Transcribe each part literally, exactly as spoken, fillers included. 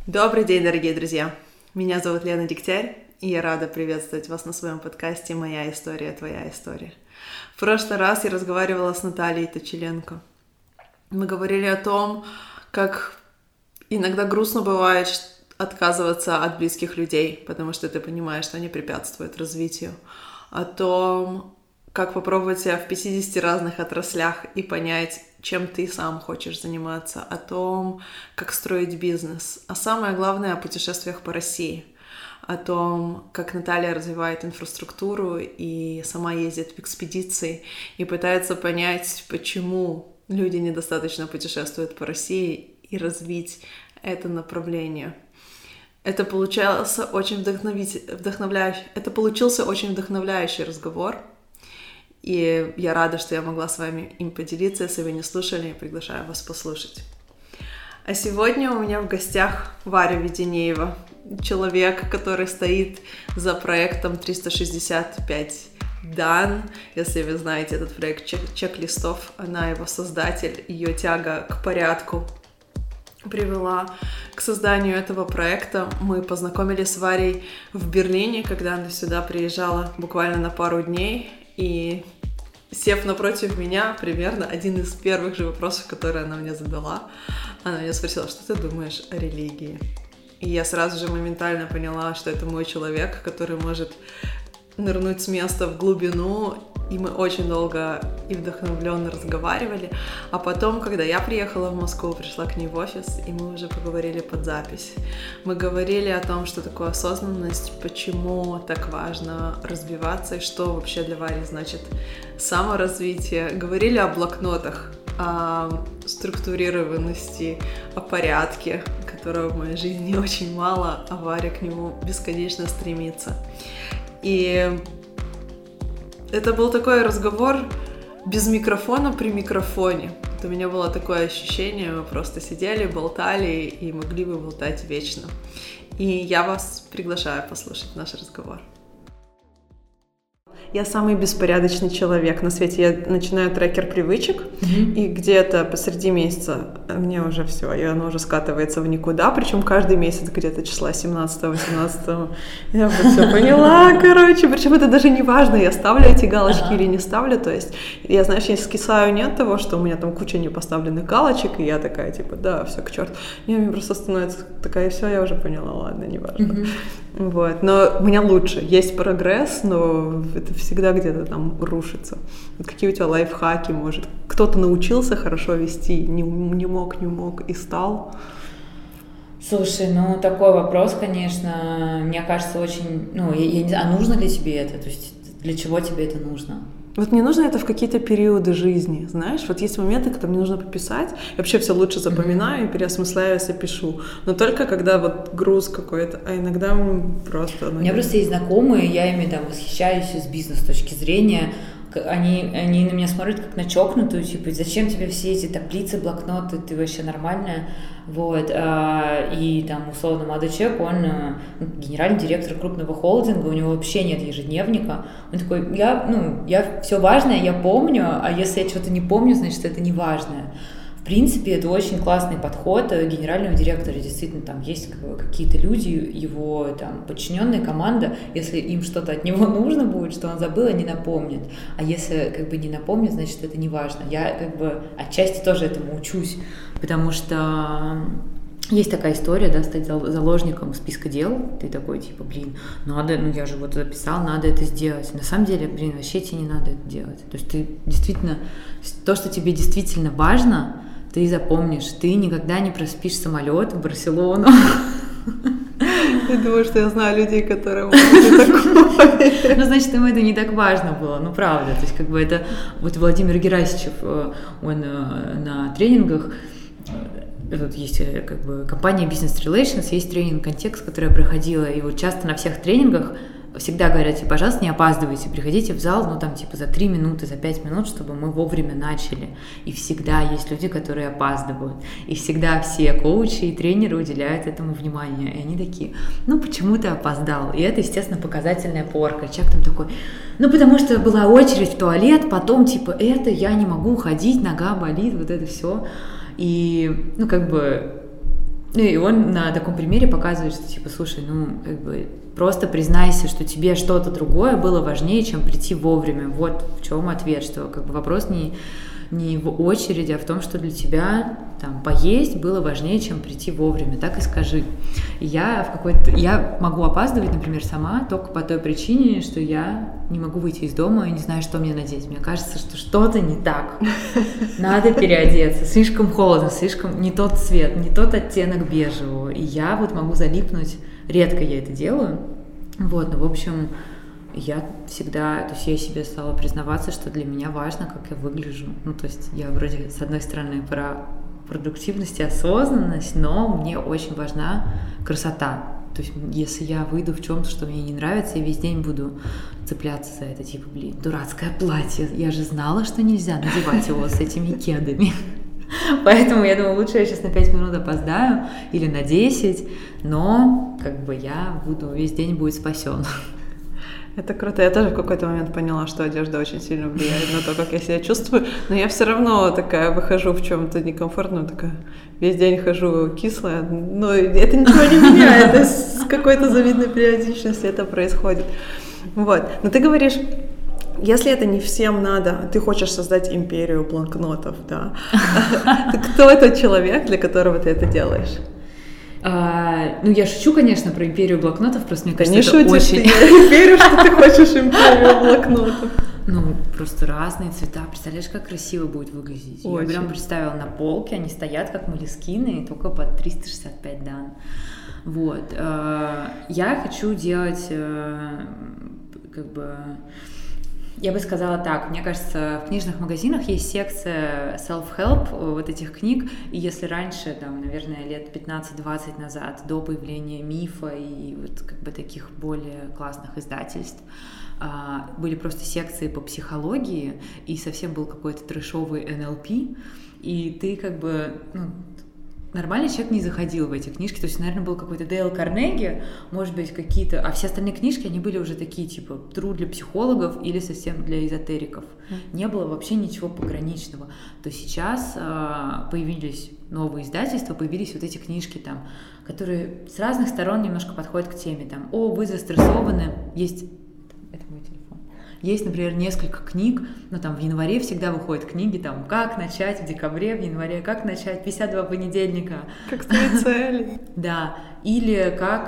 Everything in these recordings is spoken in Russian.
Добрый день, дорогие друзья! Меня зовут Лена Дегтярь, и я рада приветствовать вас на своем подкасте «Моя история, твоя история». В прошлый раз я разговаривала с Натальей Точиленко. Мы говорили о том, как иногда грустно бывает отказываться от близких людей, потому что ты понимаешь, что они препятствуют развитию. О том, как попробовать себя в пятидесяти разных отраслях и понять, чем ты сам хочешь заниматься, о том, как строить бизнес, а самое главное о путешествиях по России, о том, как Наталья развивает инфраструктуру и сама ездит в экспедиции и пытается понять, почему люди недостаточно путешествуют по России и развить это направление. Это получался очень вдохновляющий, это получился очень вдохновляющий разговор. И я рада, что я могла с вами им поделиться. Если вы не слушали, я приглашаю вас послушать. А сегодня у меня в гостях Варя Веденеева, человек, который стоит за проектом триста шестьдесят пять дан. Если вы знаете этот проект чек- чек-листов, она его создатель, ее тяга к порядку привела к созданию этого проекта. Мы познакомились с Варей в Берлине, когда она сюда приезжала буквально на пару дней. И сев напротив меня, примерно один из первых же вопросов, которые она мне задала, она меня спросила, что ты думаешь о религии? И я сразу же моментально поняла, что это мой человек, который может нырнуть с места в глубину, и мы очень долго и вдохновленно разговаривали. А потом, когда я приехала в Москву, пришла к ней в офис, и мы уже поговорили под запись. Мы говорили о том, что такое осознанность, почему так важно развиваться, и что вообще для Вари значит саморазвитие. Говорили о блокнотах, о структурированности, о порядке, которого в моей жизни очень мало, а Варя к нему бесконечно стремится. И это был такой разговор без микрофона при микрофоне. Вот у меня было такое ощущение, мы просто сидели, болтали и могли бы болтать вечно. И я вас приглашаю послушать наш разговор. Я самый беспорядочный человек на свете. Я начинаю трекер привычек, mm-hmm. и где-то посреди месяца мне уже все, и оно уже скатывается в никуда. Причем каждый месяц где-то числа семнадцатого-восемнадцатого. Я уже все поняла, короче. Причем это даже не важно, я ставлю эти галочки uh-huh. или не ставлю. То есть я, знаешь, я скисаю не от того, что у меня там куча непоставленных галочек, и я такая, типа, да, все к черту. Мне просто становится такая, все, я уже поняла, ладно, не важно. Mm-hmm. Вот. Но у меня лучше. Есть прогресс, но это всегда где-то там рушится. Вот какие у тебя лайфхаки, может? Кто-то научился хорошо вести, не, не мог, не мог и стал? Слушай, ну такой вопрос, конечно, мне кажется, очень... Ну, я, я не знаю, а нужно ли тебе это? То есть для чего тебе это нужно? Вот мне нужно это в какие-то периоды жизни, знаешь, вот есть моменты, когда мне нужно пописать, я вообще все лучше запоминаю и переосмысляю, если пишу, но только когда вот груз какой-то, а иногда просто... У меня просто есть знакомые, я ими там восхищаюсь с бизнес точки зрения, они, они на меня смотрят как на чокнутую, типа, зачем тебе все эти таблицы, блокноты, ты вообще нормальная, вот, и там, условно, молодой человек, он генеральный директор крупного холдинга, у него вообще нет ежедневника, он такой, я, ну, я все важное, я помню, а если я что-то не помню, значит, это не важное. В принципе, это очень классный подход генерального директора. Действительно, там есть какие-то люди, его там подчиненная команда, если им что-то от него нужно будет, что он забыл, они напомнят. А если как бы не напомнят, значит, это не важно. Я как бы отчасти тоже этому учусь, потому что есть такая история, да, стать заложником списка дел. Ты такой, типа, блин, надо, ну я же вот записал, надо это сделать. На самом деле, блин, вообще тебе не надо это делать. То есть ты действительно, то, что тебе действительно важно, ты запомнишь, ты никогда не проспишь самолет в Барселону. Я думаю, что я знаю людей, которые могут такое. Ну, значит, им это не так важно было, ну, правда. То есть, как бы это... Вот Владимир Герасичев, он на тренингах, тут есть как бы компания Business Relations, есть тренинг «Контекст», который я проходила, и вот часто на всех тренингах всегда говорят, типа, пожалуйста, не опаздывайте, приходите в зал, ну, там, типа, за три минуты, за пять минут, чтобы мы вовремя начали. И всегда есть люди, которые опаздывают. И всегда все коучи и тренеры уделяют этому внимание. И они такие, ну, почему ты опоздал? И это, естественно, показательная порка. Человек там такой, ну, потому что была очередь в туалет, потом, типа, это, я не могу ходить, нога болит, вот это все. И, ну, как бы... И он на таком примере показывает, что типа, слушай, ну, как бы просто признайся, что тебе что-то другое было важнее, чем прийти вовремя. Вот в чем ответ, что как бы вопрос не, не в очереди, а в том, что для тебя там поесть было важнее, чем прийти вовремя. Так и скажи. И я в какой-то... Я могу опаздывать, например, сама только по той причине, что я не могу выйти из дома и не знаю, что мне надеть. Мне кажется, что что-то не так. Надо переодеться. Слишком холодно, слишком не тот цвет, не тот оттенок бежевого. И я вот могу залипнуть. Редко я это делаю. Вот, ну, в общем, я всегда... То есть я себе стала признаваться, что для меня важно, как я выгляжу. Ну, то есть я вроде, с одной стороны, про продуктивность и осознанность, но мне очень важна красота. То есть если я выйду в чем-то, что мне не нравится, я весь день буду цепляться за это, типа, блин, дурацкое платье, я же знала, что нельзя надевать его с этими кедами. Поэтому я думаю, лучше я сейчас на пять минут опоздаю или на десять, но как бы я буду, весь день будет спасен. Это круто. Я тоже в какой-то момент поняла, что одежда очень сильно влияет на то, как я себя чувствую, но я все равно такая выхожу в чем-то некомфортном, такая весь день хожу кислая, но это ничего не меняет, это с какой-то завидной периодичностью это происходит. Вот. Но ты говоришь, если это не всем надо, ты хочешь создать империю блокнотов, да? Кто этот человек, для которого ты это делаешь? А, ну, я шучу, конечно, про империю блокнотов, просто мне кажется, не это шутишь, очень... Ты, я верю, что ты хочешь империю блокнотов. Ну, просто разные цвета. Представляешь, как красиво будет выглядеть? Очень. Я прям представила на полке, они стоят как молескины, только под триста шестьдесят пять дан. Вот. Я хочу делать, как бы... Я бы сказала так, мне кажется, в книжных магазинах есть секция self-help вот этих книг, и если раньше, там, наверное, лет пятнадцать-двадцать назад, до появления Мифа и вот как бы таких более классных издательств, были просто секции по психологии, и совсем был какой-то трэшовый эн эл пи, и ты как бы... Ну, нормальный человек не заходил в эти книжки, то есть, наверное, был какой-то Дейл Карнеги, может быть, какие-то... А все остальные книжки, они были уже такие, типа, true для психологов или совсем для эзотериков. Mm. Не было вообще ничего пограничного. То сейчас а, появились новые издательства, появились вот эти книжки там, которые с разных сторон немножко подходят к теме. Там, о, вы застрессованы, есть... Это мой телефон. Есть, например, несколько книг, ну, там, в январе всегда выходят книги, там, как начать в декабре, в январе, как начать пятьдесят два понедельника. Как свои цели. Да, или как,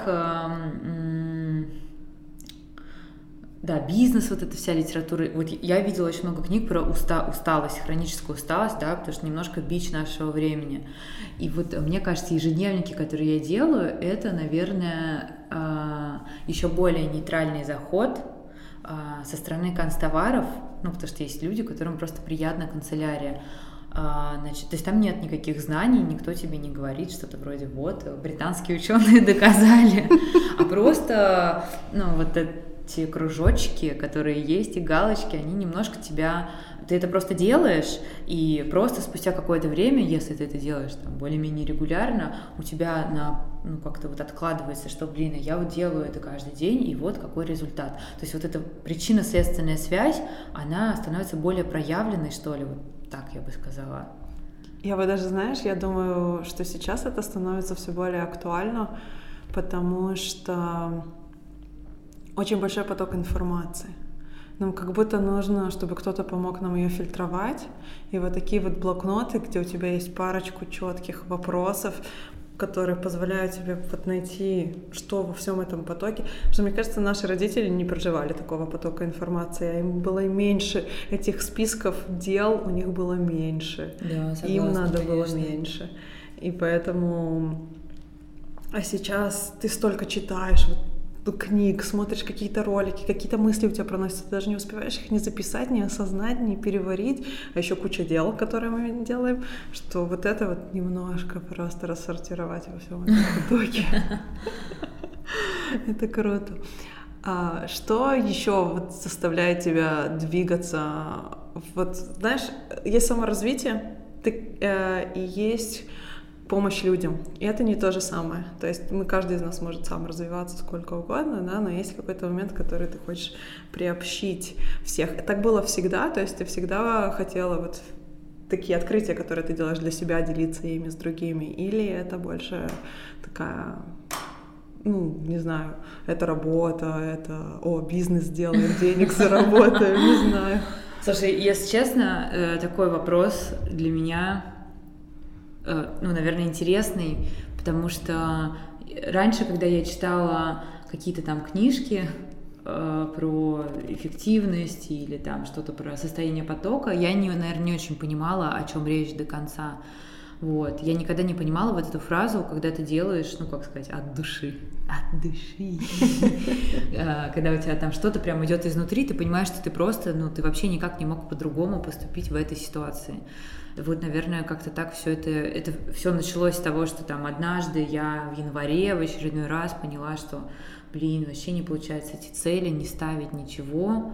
да, бизнес, вот эта вся литература. Вот я видела очень много книг про уста, усталость, хроническую усталость, да, потому что немножко бич нашего времени. И вот мне кажется, ежедневники, которые я делаю, это, наверное, еще более нейтральный заход со стороны канцтоваров, ну, потому что есть люди, которым просто приятна канцелярия. А, значит, то есть там нет никаких знаний, никто тебе не говорит что-то вроде вот, британские ученые доказали, а просто, ну, вот эти кружочки, которые есть, и галочки, они немножко тебя... Ты это просто делаешь, и просто спустя какое-то время, если ты это делаешь там более-менее регулярно, у тебя на, ну, как-то вот откладывается, что, блин, я вот делаю это каждый день, и вот какой результат. То есть вот эта причинно-следственная связь, она становится более проявленной, что ли, вот так я бы сказала. Я бы даже, знаешь, я думаю, что сейчас это становится все более актуально, потому что очень большой поток информации. Нам как будто нужно, чтобы кто-то помог нам ее фильтровать. И вот такие вот блокноты, где у тебя есть парочку четких вопросов, которые позволяют тебе вот найти, что во всем этом потоке. Потому что, мне кажется, наши родители не проживали такого потока информации, а им было меньше этих списков дел, у них было меньше. Да, согласна, им надо конечно. было меньше. И поэтому... А сейчас ты столько читаешь, вот, книг, смотришь какие-то ролики, какие-то мысли у тебя проносятся, ты даже не успеваешь их не записать, не осознать, не переварить, а еще куча дел, которые мы делаем, что вот это вот немножко просто рассортировать во всем этом потоке. Это круто. А что еще вот заставляет тебя двигаться? Вот, знаешь, есть саморазвитие, ты, э, и есть помощь людям. И это не то же самое. То есть мы, каждый из нас может сам развиваться сколько угодно, да, но есть какой-то момент, который ты хочешь приобщить всех. И так было всегда, то есть ты всегда хотела вот такие открытия, которые ты делаешь для себя, делиться ими с другими, или это больше такая, ну, не знаю, это работа, это, о, бизнес делаем, денег заработаем, не знаю. Слушай, если честно, такой вопрос для меня, ну, наверное, интересный, потому что раньше, когда я читала какие-то там книжки про эффективность или там что-то про состояние потока, я, не, наверное, не очень понимала, о чем речь до конца. Вот. Я никогда не понимала вот эту фразу, когда ты делаешь, ну, как сказать, от души. От души. Когда у тебя там что-то прям идет изнутри, ты понимаешь, что ты просто, ну, ты вообще никак не мог по-другому поступить в этой ситуации. Вот, наверное, как-то так все это, это все началось с того, что там однажды я в январе в очередной раз поняла, что, блин, вообще не получается эти цели, не ставить ничего.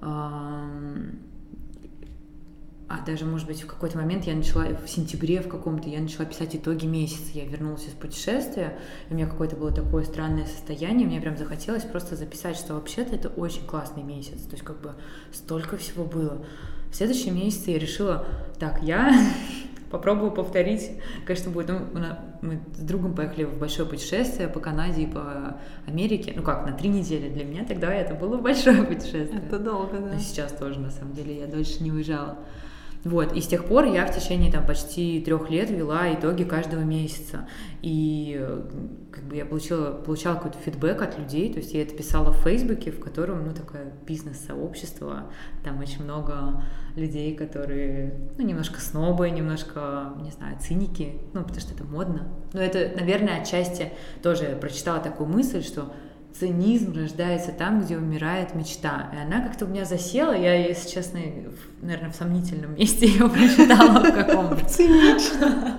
А даже, может быть, в какой-то момент я начала, в сентябре в каком-то, я начала писать итоги месяца. Я вернулась из путешествия, и у меня какое-то было такое странное состояние, мне прям захотелось просто записать, что вообще-то это очень классный месяц. То есть как бы столько всего было. В следующем месяце я решила, так, я попробую повторить, конечно, будет, ну, мы с другом поехали в большое путешествие по Канаде и по Америке, ну как, на три недели. Для меня тогда это было большое путешествие. Это долго, да. Но сейчас тоже, на самом деле, я дольше не уезжала. Вот, и с тех пор я в течение там почти трех лет вела итоги каждого месяца, и как бы я получила, получала какой-то фидбэк от людей, то есть я это писала в Фейсбуке, в котором, ну, такое бизнес-сообщество, там очень много людей, которые, ну, немножко снобы, немножко, не знаю, циники, ну, потому что это модно, но это, наверное, отчасти тоже я прочитала такую мысль, что цинизм рождается там, где умирает мечта. И она как-то у меня засела. Я, если честно, в, наверное, в сомнительном месте ее прочитала в каком-то. Цинично.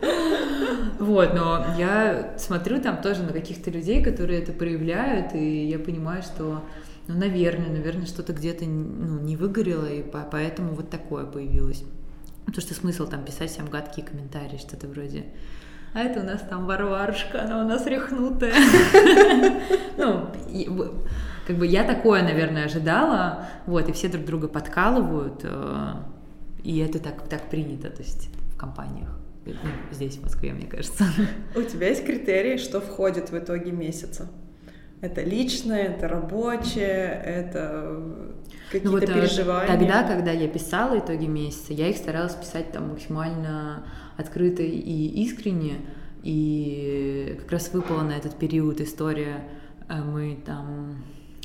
Вот, но я смотрю там тоже на каких-то людей, которые это проявляют, и я понимаю, что, ну, наверное, наверное, что-то где-то, ну, не выгорело, и поэтому вот такое появилось. Потому что смысл там писать всем гадкие комментарии, что-то вроде... А это у нас там Варварушка, она у нас рехнутая. Ну, как бы я такое, наверное, ожидала, вот, и все друг друга подкалывают, и это так, так принято, то есть в компаниях, ну, здесь, в Москве, мне кажется. У тебя есть критерии, что входит в итоге месяца? Это личное, это рабочее, это какие-то ну, вот, переживания? Тогда, когда я писала итоги месяца, я их старалась писать там максимально открыто и искренне, и как раз выпала на этот период история. Мы там...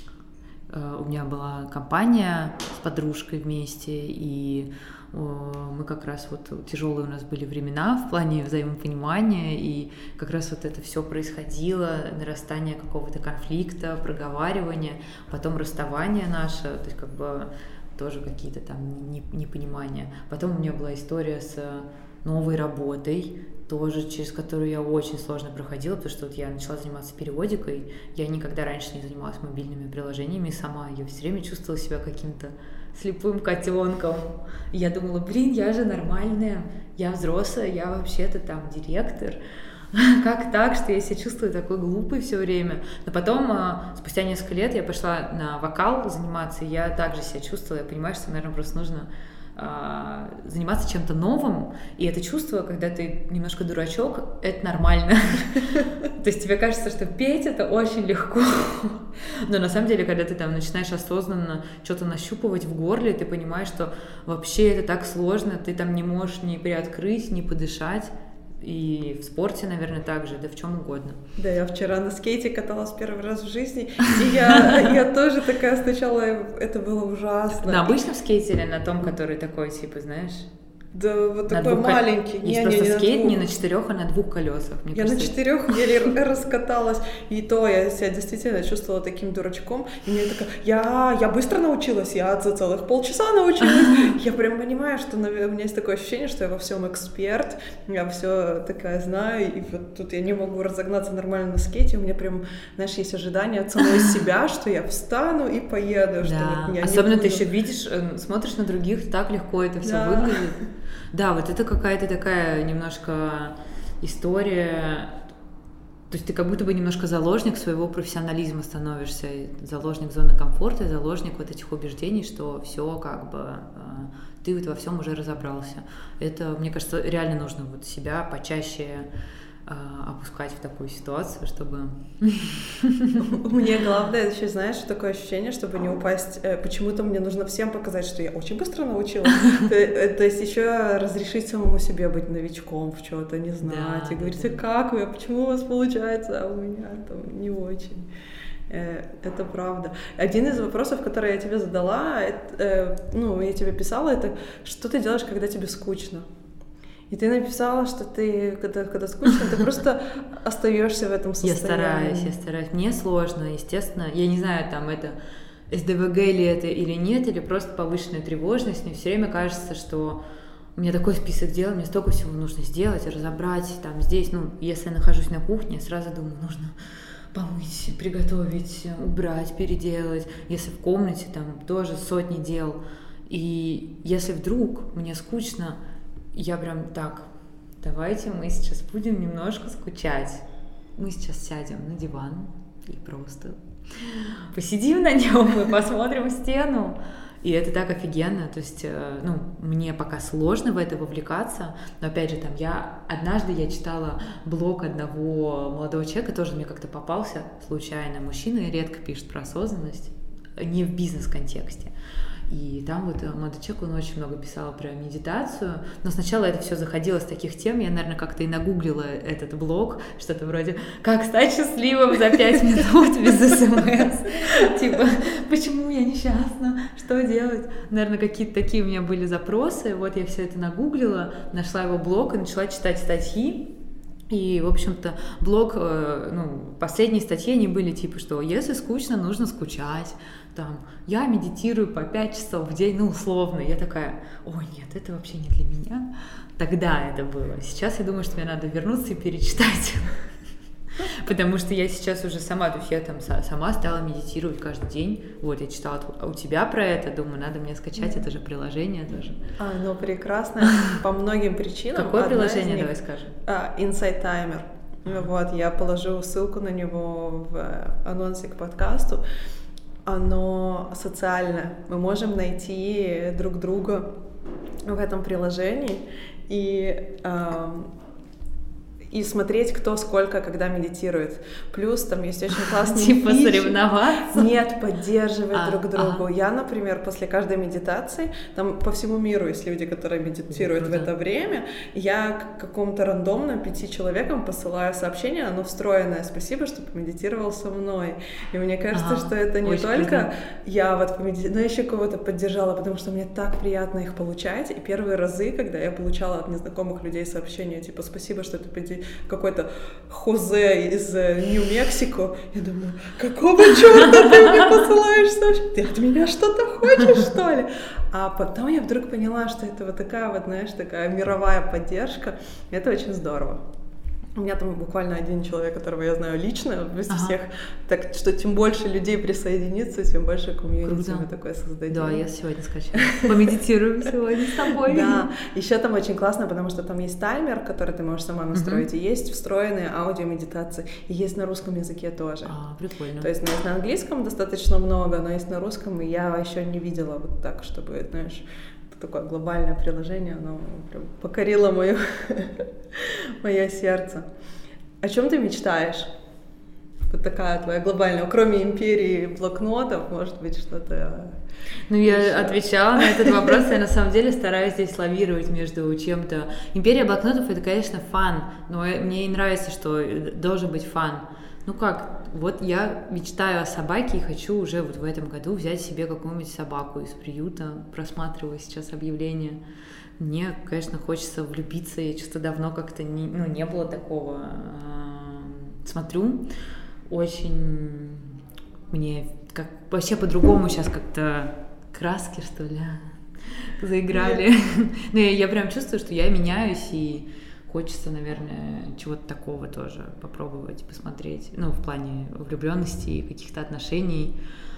У меня была компания с подружкой вместе, и мы как раз вот тяжелые у нас были времена в плане взаимопонимания, и как раз вот это все происходило, нарастание какого-то конфликта, проговаривания, потом расставание наше, то есть как бы тоже какие-то там непонимания. Потом у меня была история с новой работой, тоже через которую я очень сложно проходила, потому что вот я начала заниматься периодикой, я никогда раньше не занималась мобильными приложениями сама, я все время чувствовала себя каким-то слепым котенком. Я думала, блин, я же нормальная, я взрослая, я вообще-то там директор. Как так, что я себя чувствую такой глупой все время? Но потом, спустя несколько лет, я пошла на вокал заниматься, и я также себя чувствовала, я понимаю, что, наверное, просто нужно заниматься чем-то новым, и это чувство, когда ты немножко дурачок, это нормально. То есть тебе кажется, что петь это очень легко, но на самом деле, когда ты там начинаешь осознанно что-то нащупывать в горле, ты понимаешь, что вообще это так сложно, ты там не можешь ни приоткрыть, ни подышать. И в спорте, наверное, так же, да в чем угодно. Да, я вчера на скейте каталась первый раз в жизни, и я, я тоже такая сначала, это было ужасно. На обычном скейте или на том, который такой, типа, знаешь? Да, вот такой маленький. Есть не, просто не, не скейт не на четырех, а на двух колесах. Мне я кажется, на четырех еле раскаталась, и то я себя действительно чувствовала таким дурачком. И мне такая, я, я быстро научилась, я за целых полчаса научилась. Я прям понимаю, что у меня есть такое ощущение, что я во всем эксперт, я все такая знаю, и вот тут я не могу разогнаться нормально на скейте, у меня прям, знаешь, есть ожидание от самой себя, что я встану и поеду. Что да. вот я Особенно ты еще видишь, смотришь на других, так легко это все да. выглядит. Да, вот это какая-то такая немножко история, То есть ты как будто бы немножко заложник своего профессионализма становишься, заложник зоны комфорта, заложник вот этих убеждений, что все как бы ты вот во всем уже разобрался. Это, мне кажется, реально нужно вот себя почаще опускать в такую ситуацию, чтобы... Мне главное еще, знаешь, такое ощущение, чтобы не упасть. Почему-то мне нужно всем показать, что я очень быстро научилась. То есть еще разрешить самому себе быть новичком в чем-то, не знать. И говорить, а как вы, а почему у вас получается, а у меня там не очень. Это правда. Один из вопросов, который я тебе задала, это, ну, я тебе писала, это что ты делаешь, когда тебе скучно? И ты написала, что ты, когда, когда скучно, ты просто остаешься в этом состоянии. Я стараюсь, я стараюсь. Мне сложно, естественно. Я не знаю, там это эс дэ вэ гэ ли это или нет, или просто повышенная тревожность. Мне все время кажется, что у меня такой список дел, мне столько всего нужно сделать, разобрать. Там здесь, ну, если я нахожусь на кухне, я сразу думаю, нужно помыть, приготовить, убрать, переделать. Если в комнате, там тоже сотни дел. И если вдруг мне скучно, я прям так, давайте мы сейчас будем немножко скучать. Мы сейчас сядем на диван и просто посидим на нем и посмотрим в стену. И это так офигенно. То есть, ну, мне пока сложно в это вовлекаться, но опять же, там, я однажды я читала блог одного молодого человека, тоже мне как-то попался случайно. Мужчина редко пишет про осознанность, не в бизнес-контексте. И там вот молодой человек, он очень много писал про медитацию, но сначала это все заходило с таких тем, я, наверное, как-то и нагуглила этот блог, что-то вроде «Как стать счастливым за пять минут без смс?» Типа «Почему я несчастна? Что делать?» Наверное, какие-то такие у меня были запросы, вот я все это нагуглила, нашла его блог и начала читать статьи. И, в общем-то, блог, ну, последние статьи, они были типа, что если скучно, нужно скучать. Там, я медитирую по пять часов в день, ну, условно. Я такая, ой, нет, это вообще не для меня. Тогда это было. Сейчас я думаю, что мне надо вернуться и перечитать. Потому что я сейчас уже сама, то есть я там сама стала медитировать каждый день. Вот, я читала у тебя про это, думаю, надо мне скачать это же приложение тоже. А, ну, прекрасно, по многим причинам. Какое приложение, давай скажем? Insight Timer. Вот, я положу ссылку на него в анонсе к подкасту. Оно социальное. Мы можем найти друг друга в этом приложении и, э, и смотреть, кто сколько, когда медитирует. Плюс там есть очень классные Типа фичи. соревноваться? Нет, поддерживать а, друг другу. Ага. Я, например, после каждой медитации, там по всему миру есть люди, которые медитируют в это время, я к какому-то рандомно пяти человекам посылаю сообщение, оно встроенное, спасибо, что помедитировал со мной. И мне кажется, ага, что это не только круто. Я вот помедитировала, но еще кого-то поддержала, потому что мне так приятно их получать. И первые разы, когда я получала от незнакомых людей сообщения, типа, спасибо, что ты какой-то Хозе из Нью-Мексико, я думаю, какого черта ты мне посылаешь сообщение? Ты от меня что-то хочешь, что ли? А потом я вдруг поняла, что это вот такая вот, знаешь, такая мировая поддержка. Это очень здорово. У меня там буквально один человек, которого я знаю лично, вместе ага. всех, так что чем больше людей присоединится, тем больше комьюнити мы такое создадим. Да, я сегодня скачаю. Помедитируем сегодня с тобой. Да, еще там очень классно, потому что там есть таймер, который ты можешь сама настроить, и есть встроенные аудиомедитации, и есть на русском языке тоже. А, прикольно. То есть, ну, есть на английском достаточно много, но есть на русском, и я еще не видела вот так, чтобы, знаешь, такое глобальное приложение, оно прям покорило мое, мое сердце. О чем ты мечтаешь? Вот такая твоя глобальная, кроме империи блокнотов, может быть, что-то... Ну, я еще отвечала на этот вопрос, я на самом деле стараюсь здесь лавировать между чем-то. Империя блокнотов — это, конечно, фан, но мне и нравится, что должен быть фан. Ну как, вот я мечтаю о собаке и хочу уже вот в этом году взять себе какую-нибудь собаку из приюта. Просматриваю сейчас объявления. Мне, конечно, хочется влюбиться. Я что-то давно как-то не, ну, не было такого. Смотрю, очень мне как вообще по-другому сейчас как-то краски, что ли, заиграли. Ну, я прям чувствую, что я меняюсь, и хочется, наверное, чего-то такого тоже попробовать, посмотреть. Ну, в плане влюбленности и каких-то отношений.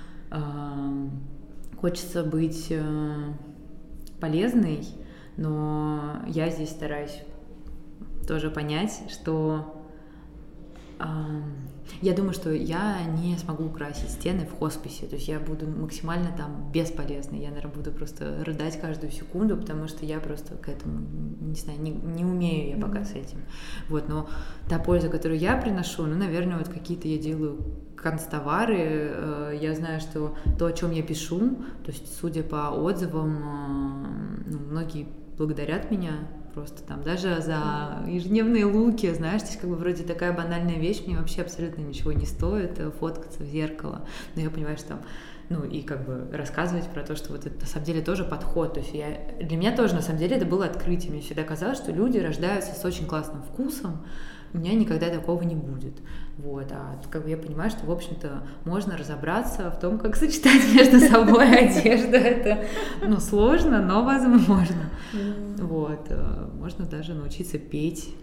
Хочется быть полезной, но я здесь стараюсь тоже понять, что Я думаю, что я не смогу украсить стены в хосписе, то есть я буду максимально там бесполезной, я, наверное, буду просто рыдать каждую секунду, потому что я просто к этому, не знаю, не, не умею я пока с этим. Вот, но та польза, которую я приношу, ну, наверное, вот какие-то я делаю канцтовары, я знаю, что то, о чем я пишу, то есть, судя по отзывам, ну, многие благодарят меня, просто там, даже за ежедневные луки, знаешь, здесь как бы вроде такая банальная вещь, мне вообще абсолютно ничего не стоит фоткаться в зеркало, но я понимаю, что там, ну, и как бы рассказывать про то, что вот это на самом деле тоже подход, то есть я, для меня тоже на самом деле это было открытие, мне всегда казалось, что люди рождаются с очень классным вкусом, у меня никогда такого не будет, вот, а как бы я понимаю, что, в общем-то, можно разобраться в том, как сочетать между собой одежду, это, ну, сложно, но возможно, вот, можно даже научиться петь.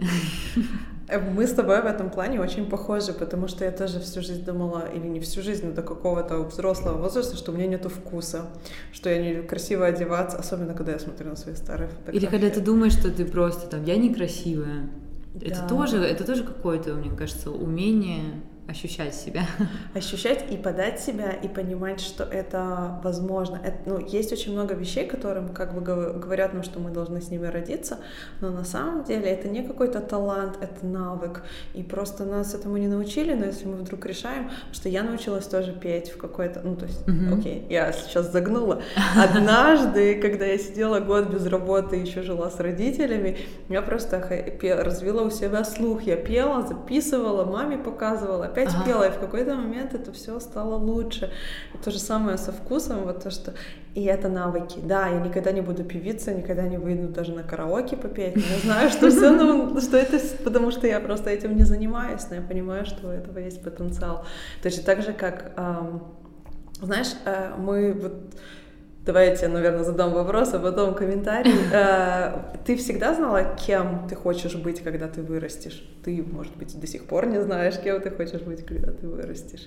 Мы с тобой в этом плане очень похожи, потому что я тоже всю жизнь думала, или не всю жизнь, но до какого-то взрослого возраста, что у меня нету вкуса, что я не люблю красиво одеваться, особенно когда я смотрю на свои старые фотографии. Или когда ты думаешь, что ты просто там, я некрасивая. Да. Это тоже, это тоже какое-то, мне кажется, умение ощущать себя. Ощущать и подать себя, и понимать, что это возможно. Это, ну, есть очень много вещей, которым как бы говорят нам, что мы должны с ними родиться, но на самом деле это не какой-то талант, это навык. И просто нас этому не научили, но если мы вдруг решаем, что я научилась тоже петь в какой-то... Ну, то есть, mm-hmm. окей, я сейчас загнула. Однажды, когда я сидела год без работы и еще жила с родителями, я просто развила у себя слух. Я пела, записывала, маме показывала, опять ага. пела, и в какой-то момент это все стало лучше. И то же самое со вкусом, вот то, что... И это навыки. Да, я никогда не буду певицей, никогда не выйду даже на караоке попеть, но я знаю, что все, ну, что это потому что я просто этим не занимаюсь, но я понимаю, что у этого есть потенциал. Точно так же, как, эм, знаешь, э, мы вот... Давай я тебе, наверное, задам вопрос, а потом комментарий. Ты всегда знала, кем ты хочешь быть, когда ты вырастешь? Ты, может быть, до сих пор не знаешь, кем ты хочешь быть, когда ты вырастешь?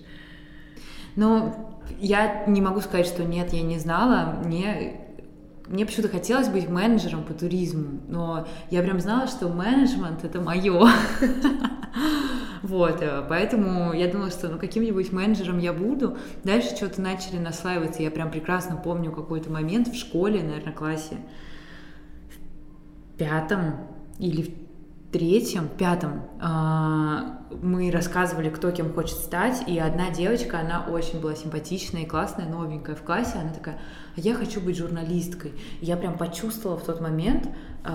Ну, я не могу сказать, что нет, я не знала. Мне, мне почему-то хотелось быть менеджером по туризму, но я прям знала, что менеджмент — это мое. Вот, поэтому я думала, что ну, каким-нибудь менеджером я буду. Дальше что-то начали наслаиваться. Я прям прекрасно помню какой-то момент в школе, наверное, классе в пятом или в третьем, пятом мы рассказывали, кто кем хочет стать, и одна девочка, она очень была симпатичная и классная, новенькая в классе, она такая: а я хочу быть журналисткой. И я прям почувствовала в тот момент...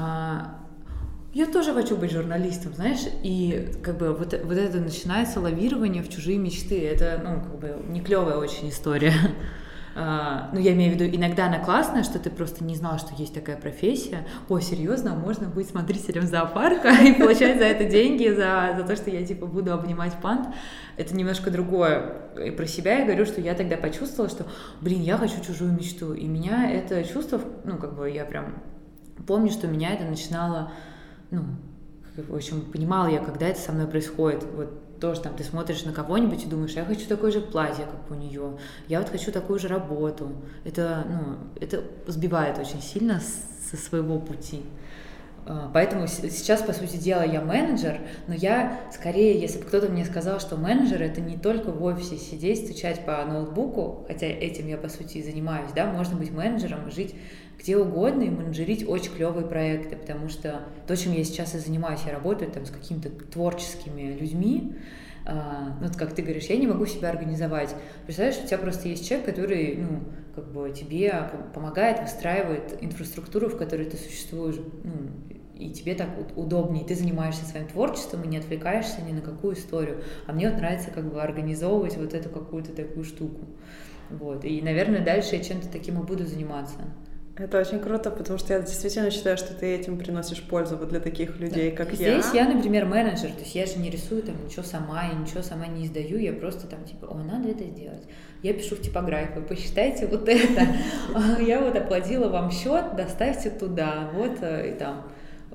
Я тоже хочу быть журналистом, знаешь, и как бы вот, вот это начинается лавирование в чужие мечты, это, ну, как бы не клевая очень история. Uh, ну, я имею в виду, иногда она классная, что ты просто не знала, что есть такая профессия. О, серьезно, можно быть смотрителем зоопарка и получать за это деньги, за, за то, что я, типа, буду обнимать панд. Это немножко другое. И про себя я говорю, что я тогда почувствовала, что, блин, я хочу чужую мечту. И меня это чувство, ну, как бы я прям помню, что меня это начинало... Ну, в общем, понимала я, когда это со мной происходит. Вот тоже там ты смотришь на кого-нибудь и думаешь: я хочу такое же платье, как у нее, я вот хочу такую же работу. Это, ну, это сбивает очень сильно со своего пути. Поэтому сейчас, по сути дела, я менеджер, но я скорее, если бы кто-то мне сказал, что менеджер — это не только в офисе сидеть, стучать по ноутбуку, хотя этим я, по сути, и занимаюсь, да, можно быть менеджером, жить где угодно и менеджерить очень клевые проекты, потому что то, чем я сейчас и занимаюсь, я работаю там с какими-то творческими людьми, ну, как ты говоришь, я не могу себя организовать. Представляешь, у тебя просто есть человек, который, ну, как бы тебе помогает, выстраивает инфраструктуру, в которой ты существуешь, ну, и тебе так удобнее, ты занимаешься своим творчеством и не отвлекаешься ни на какую историю. А мне вот нравится как бы организовывать вот эту какую-то такую штуку. Вот. И, наверное, дальше я чем-то таким и буду заниматься. Это очень круто, потому что я действительно считаю, что ты этим приносишь пользу вот для таких людей, да. Как Здесь я. Здесь я, например, менеджер, то есть я же не рисую там ничего сама, я ничего сама не издаю, я просто там типа: о, надо это сделать. Я пишу в типографию: посчитайте вот это. Я вот оплатила вам счет, доставьте туда, вот, и там.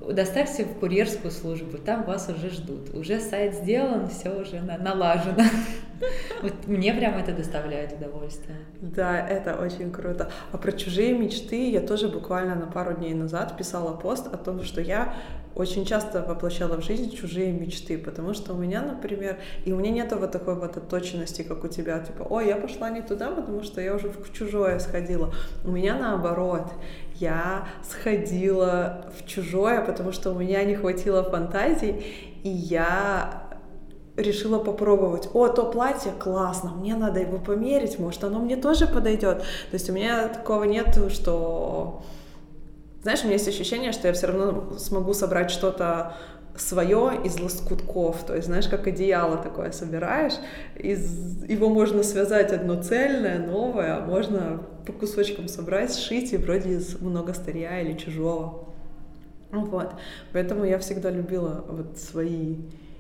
доставьте в курьерскую службу, там вас уже ждут. Уже сайт сделан, все уже на- налажено. Вот мне прям это доставляет удовольствие. Да, это очень круто. А про чужие мечты я тоже буквально на пару дней назад писала пост о том, что я очень часто воплощала в жизнь чужие мечты, потому что у меня, например, и у меня нету вот такой вот точности, как у тебя, типа, ой, я пошла не туда, потому что я уже в чужое сходила. У меня наоборот, я сходила в чужое, потому что у меня не хватило фантазии, и я решила попробовать. О, то платье классно, мне надо его померить, может, оно мне тоже подойдет. То есть у меня такого нету, что... Знаешь, у меня есть ощущение, что я все равно смогу собрать что-то свое из лоскутков. То есть, знаешь, как одеяло такое собираешь, из... его можно связать одно цельное, новое, а можно по кусочкам собрать, сшить, и вроде из много старья или чужого. Вот. Поэтому я всегда любила вот свои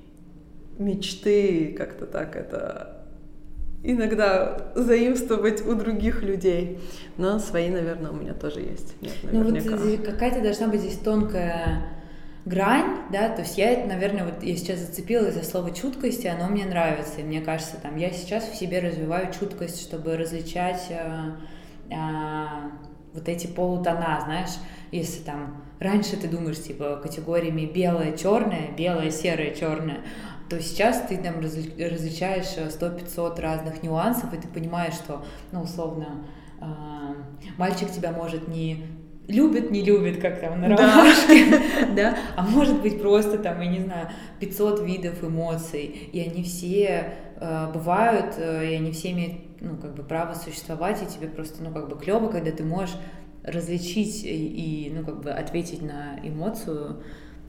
мечты, как-то так это... иногда заимствовать у других людей. Но свои, наверное, у меня тоже есть. Нет, наверняка. Ну вот какая-то должна быть здесь тонкая грань, да, то есть я, наверное, вот я сейчас зацепилась за слово чуткость, и оно мне нравится, и мне кажется, там, я сейчас в себе развиваю чуткость, чтобы различать а, а, вот эти полутона, знаешь, если там раньше ты думаешь, типа, категориями белое, черное, белое, серое, черное, то сейчас ты там разли- различаешь сто-пятьсот разных нюансов, и ты понимаешь, что, ну, условно, э- мальчик тебя может не любит, не любит, как там на ромашке, да, а может быть просто там, я не знаю, пятьсот видов эмоций, и они все э- бывают, э- и они все имеют, ну, как бы право существовать, и тебе просто, ну, как бы клево, когда ты можешь различить и, и ну, как бы ответить на эмоцию,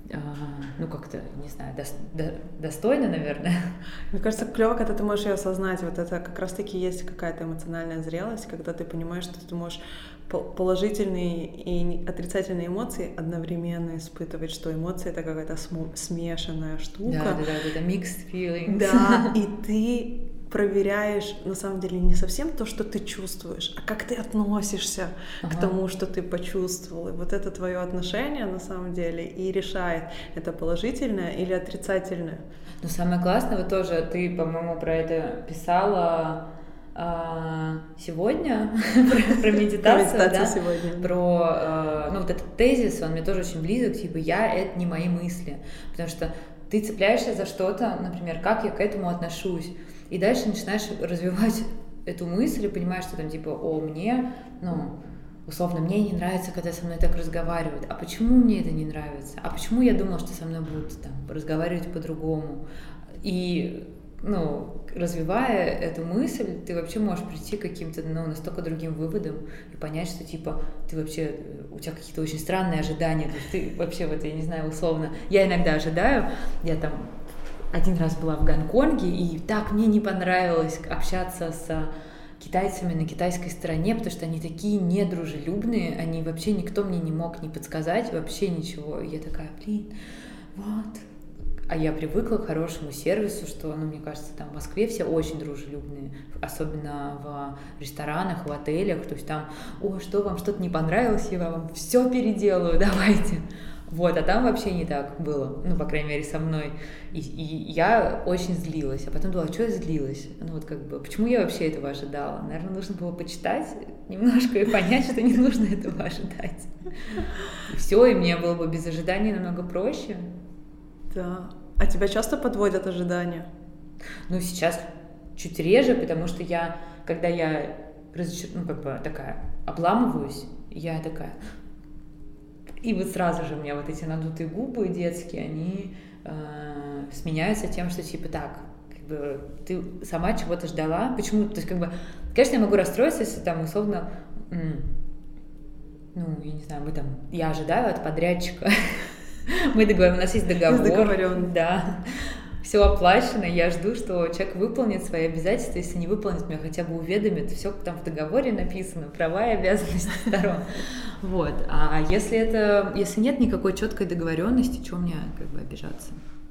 ну, как-то, не знаю, до, до, достойно, наверное. Мне кажется, клево, когда ты можешь ее осознать. Вот это как раз-таки есть какая-то эмоциональная зрелость, когда ты понимаешь, что ты можешь положительные и отрицательные эмоции одновременно испытывать, что эмоции — это какая-то смешанная штука. Да, да, да, это mixed feelings. Да, и ты проверяешь, на самом деле, не совсем то, что ты чувствуешь, а как ты относишься ага. к тому, что ты почувствовал. И вот это твое отношение, на самом деле, и решает, это положительное или отрицательное. Ну, самое классное, вот тоже ты, по-моему, про это писала а, сегодня, про медитацию, да? Сегодня. Про, ну, вот этот тезис, он мне тоже очень близок, типа, я — это не мои мысли, потому что ты цепляешься за что-то, например, как я к этому отношусь, и дальше начинаешь развивать эту мысль и понимаешь, что там типа, о, мне, ну, условно, мне не нравится, когда со мной так разговаривают. А почему мне это не нравится? А почему я думала, что со мной будут там разговаривать по-другому? И, ну, развивая эту мысль, ты вообще можешь прийти к каким-то, ну, настолько другим выводам и понять, что, типа, ты вообще, у тебя какие-то очень странные ожидания. То есть ты вообще, вот, я не знаю, условно, я иногда ожидаю, я там один раз была в Гонконге, и так мне не понравилось общаться с китайцами на китайской стороне, потому что они такие недружелюбные, они вообще, никто мне не мог не подсказать, вообще ничего. И я такая, блин, вот. А я привыкла к хорошему сервису, что, ну, мне кажется, там в Москве все очень дружелюбные, особенно в ресторанах, в отелях, то есть там, о, что вам что-то не понравилось, я вам все переделаю, давайте. Вот, а там вообще не так было, ну, по крайней мере, со мной. И, и я очень злилась, а потом думала, что я злилась? Ну, вот как бы, почему я вообще этого ожидала? Наверное, нужно было почитать немножко и понять, что не нужно этого ожидать. И все, и мне было бы без ожиданий намного проще. Да. А тебя часто подводят ожидания? Ну, сейчас чуть реже, потому что я, когда я, ну, как бы такая, обламываюсь, я такая... И вот сразу же у меня вот эти надутые губы детские, они э, сменяются тем, что типа так, как бы ты сама чего-то ждала, почему, то есть как бы, конечно, я могу расстроиться, если там условно, м- ну, я не знаю, мы там, я ожидаю от подрядчика, мы договорим, у нас есть договор, да, все оплачено, я жду, что человек выполнит свои обязательства, если не выполнит, меня хотя бы уведомит, все там в договоре написано, права и обязанности сторон. Вот. А если это, если нет никакой четкой договоренности, чего мне как бы обижаться?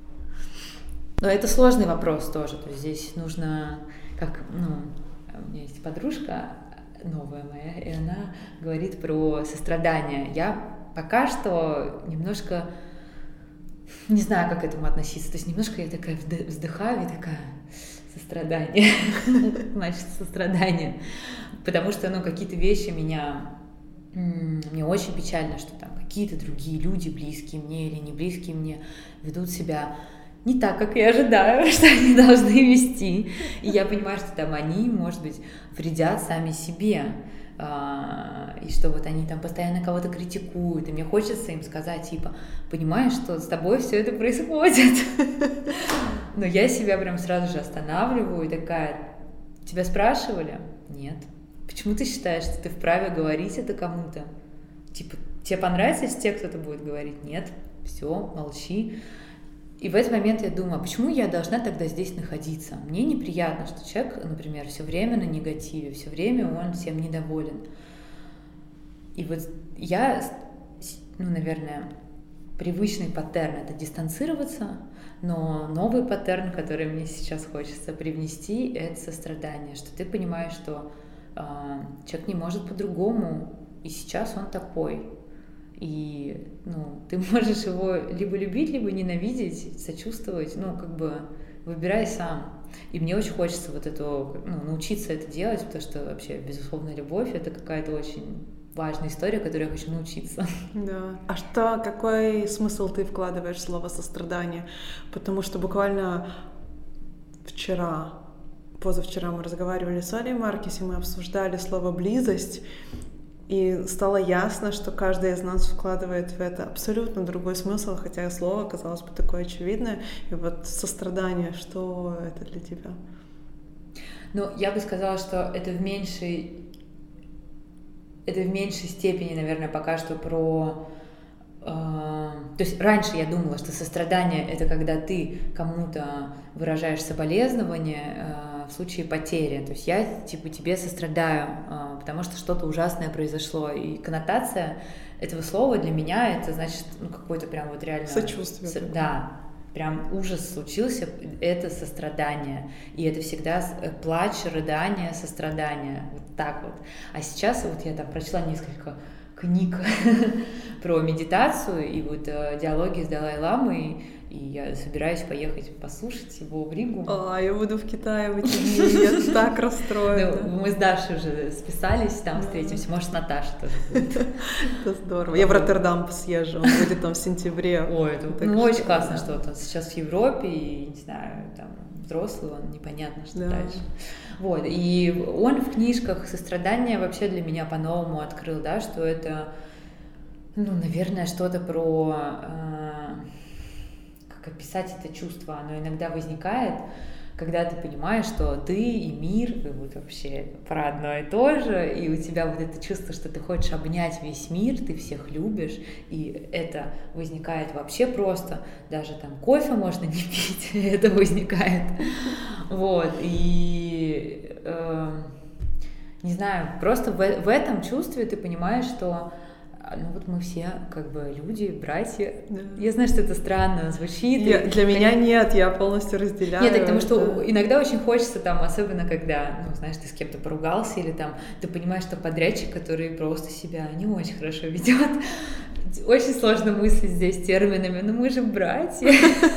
Но это сложный вопрос тоже. То есть здесь нужно, как, ну, у меня есть подружка новая моя, и она говорит про сострадание. Я пока что немножко не знаю, как к этому относиться. То есть немножко я такая вздыхаю и такая сострадание. Значит, сострадание. Потому что, ну, какие-то вещи меня... Мне очень печально, что там какие-то другие люди, близкие мне или не близкие мне, ведут себя не так, как я ожидаю, что они должны вести. И я понимаю, что там они, может быть, вредят сами себе. И что вот они там постоянно кого-то критикуют. И мне хочется им сказать, типа, понимаешь, что с тобой все это происходит. Но я себя прям сразу же останавливаю и такая, тебя спрашивали? Нет. Почему ты считаешь, что ты вправе говорить это кому-то? Типа, тебе понравится, если тебе кто-то будет говорить? Нет. Все, молчи. И в этот момент я думаю, а почему я должна тогда здесь находиться? Мне неприятно, что человек, например, все время на негативе, все время он всем недоволен. И вот я, ну, наверное, привычный паттерн — это дистанцироваться, но новый паттерн, который мне сейчас хочется привнести, это сострадание, что ты понимаешь, что э, человек не может по-другому, и сейчас он такой. И, ну, ты можешь его либо любить, либо ненавидеть, сочувствовать, ну, как бы выбирай сам. И мне очень хочется вот эту, ну, научиться это делать, потому что вообще, безусловно, любовь — это какая-то очень важная история, которой я хочу научиться. Да. А что, какой смысл ты вкладываешь в слово «сострадание»? Потому что буквально вчера, позавчера мы разговаривали с Олей Маркес, и мы обсуждали слово «близость», и стало ясно, что каждый из нас вкладывает в это абсолютно другой смысл, хотя слово, казалось бы, такое очевидное. И вот сострадание, что это для тебя? Ну, я бы сказала, что это в меньшей, это в меньшей степени, наверное, пока что про... Э, то есть раньше я думала, что сострадание — это когда ты кому-то выражаешь соболезнование э, в случае потери. То есть я, типа, тебе сострадаю, э, потому что что-то ужасное произошло. И коннотация этого слова для меня — это значит, ну, какой-то прям вот реально... Сочувствие. Со, да, прям ужас случился, это сострадание. И это всегда плач, рыдание, сострадание. Вот так вот. А сейчас вот я там прочла несколько книг про медитацию и вот э, диалоги с Далай-ламой, и я собираюсь поехать послушать его в Ригу. А, я буду в Китае в эти дни, я так расстроена. Ну, мы с Дашей уже списались, там встретимся, может, с Наташей тоже будет. Это здорово. Я в Роттердам съезжу, он будет там в сентябре. Ой, это ну, очень классно, что он сейчас в Европе, и, не знаю, там взрослый он, непонятно, что дальше. Вот, и он в книжках сострадание вообще для меня по-новому открыл, да, что это, ну, наверное, что-то про, э, как описать это чувство, оно иногда возникает, когда ты понимаешь, что ты и мир, и вот вообще про одно и то же, и у тебя вот это чувство, что ты хочешь обнять весь мир, ты всех любишь, и это возникает вообще просто, даже там кофе можно не пить, это возникает, вот, и э, не знаю, просто в, в этом чувстве ты понимаешь, что ну вот мы все как бы люди, братья. Да. Я знаю, что это странно звучит. Я, и, для меня нет, я полностью разделяю. Нет, потому что иногда очень хочется там, особенно когда, ну, знаешь, ты с кем-то поругался, или там ты понимаешь, что подрядчик, который просто себя не очень хорошо ведет, очень сложно мыслить здесь терминами, но мы же братья.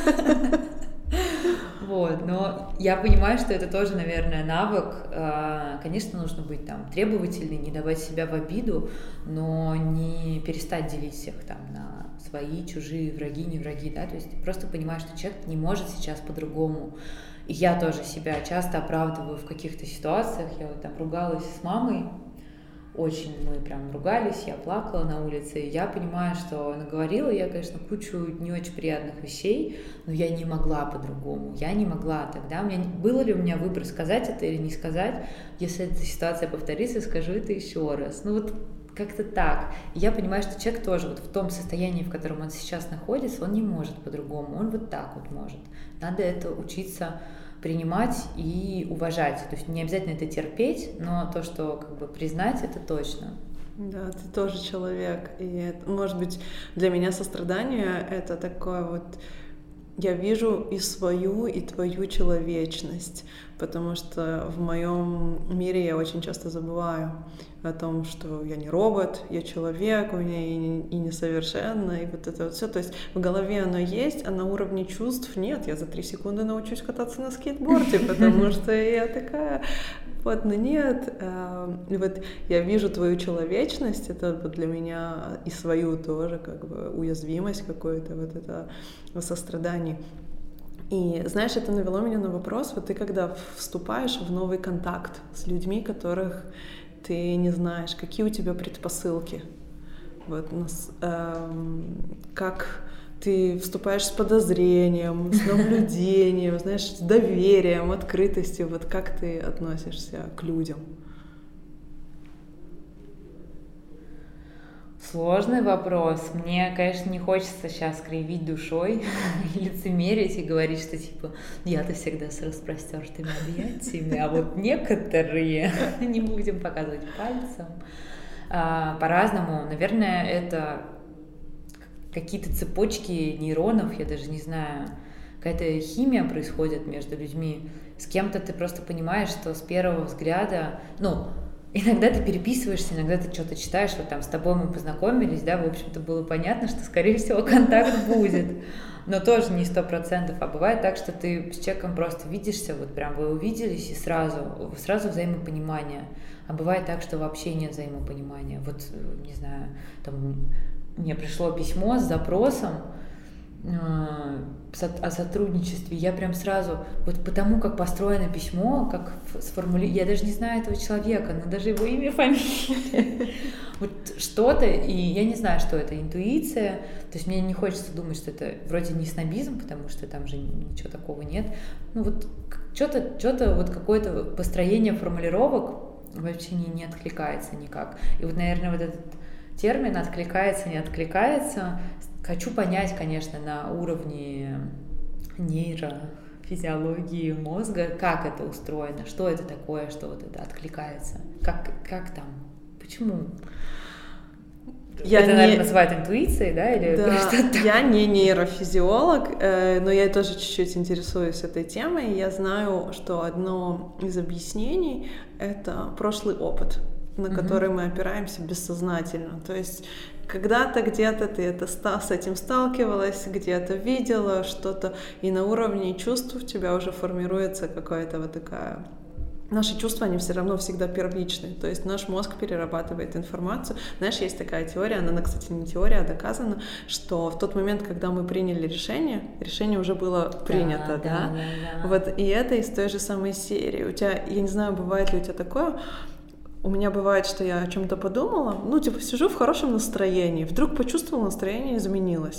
Вот, но я понимаю, что это тоже, наверное, навык. Конечно, нужно быть там требовательной, не давать себя в обиду, но не перестать делить всех там на свои, чужие, враги, не враги, да, то есть ты просто понимаешь, что человек не может сейчас по-другому. И я тоже себя часто оправдываю в каких-то ситуациях. Я вот там ругалась с мамой, очень мы прям ругались, я плакала на улице, и я понимаю, что наговорила я, конечно, кучу не очень приятных вещей, но я не могла по-другому, я не могла тогда, у меня было ли у меня выбор сказать это или не сказать, если эта ситуация повторится, скажу это еще раз, ну вот как-то так. И я понимаю, что человек тоже вот в том состоянии, в котором он сейчас находится, он не может по-другому, он вот так вот может. Надо это учиться принимать и уважать. То есть не обязательно это терпеть, но то, что как бы признать, это точно. Да, ты тоже человек. И это, может быть, для меня сострадание — это такое вот я вижу и свою, и твою человечность, потому что в моем мире я очень часто забываю о том, что я не робот, я человек, у меня и, не, и несовершенно, и вот это вот все. То есть в голове оно есть, а на уровне чувств нет. Я за три секунды научусь кататься на скейтборде, потому что я такая... Вот, но нет. И вот я вижу твою человечность, это вот для меня и свою тоже, как бы, уязвимость какую-то, вот это сострадание. И, знаешь, это навело меня на вопрос, вот ты когда вступаешь в новый контакт с людьми, которых ты не знаешь, какие у тебя предпосылки, вот, эм, как... Ты вступаешь с подозрением, с наблюдением, знаешь, с доверием, открытостью. Вот как ты относишься к людям? Сложный вопрос. Мне, конечно, не хочется сейчас кривить душой, лицемерить и говорить, что типа я-то всегда с распростертыми объятиями, а вот некоторые, не будем показывать пальцем, по-разному. Наверное, это какие-то цепочки нейронов, я даже не знаю, какая-то химия происходит между людьми. С кем-то ты просто понимаешь, что с первого взгляда, ну, иногда ты переписываешься, иногда ты что-то читаешь, вот там с тобой мы познакомились, да, в общем-то было понятно, что, скорее всего, контакт будет, но тоже не сто процентов, а бывает так, что ты с человеком просто видишься, вот прям вы увиделись и сразу, сразу взаимопонимание, а бывает так, что вообще нет взаимопонимания, вот, не знаю, там... Мне пришло письмо с запросом э, о сотрудничестве. Я прям сразу, вот потому как построено письмо, как сформулировано, я даже не знаю этого человека, но даже его имя, фамилия. Вот что-то, и я не знаю, что это, интуиция. То есть мне не хочется думать, что это вроде не снобизм, потому что там же ничего такого нет. Ну вот что-то, что-то вот какое-то построение формулировок вообще не, не откликается никак. И вот, наверное, вот этот термин откликается, не откликается. Хочу понять, конечно, на уровне нейрофизиологии мозга, как это устроено, что это такое, что вот это откликается, как, как там, почему? Я это, не... наверное, называют интуицией, да? Или да, что-то? Я не нейрофизиолог, но я тоже чуть-чуть интересуюсь этой темой. Я знаю, что одно из объяснений — это прошлый опыт, на который mm-hmm. мы опираемся бессознательно. То есть когда-то где-то ты это, с этим сталкивалась, где-то видела что-то, и на уровне чувств у тебя уже формируется какая-то вот такая... Наши чувства, они все равно всегда первичны. То есть наш мозг перерабатывает информацию. Знаешь, есть такая теория, она, кстати, не теория, а доказана, что в тот момент, когда мы приняли решение, решение уже было принято, да? да? да, да. Вот, и это из той же самой серии. У тебя, я не знаю, бывает ли у тебя такое... У меня бывает, что я о чем-то подумала, ну, типа, сижу в хорошем настроении, вдруг почувствовала, настроение изменилось.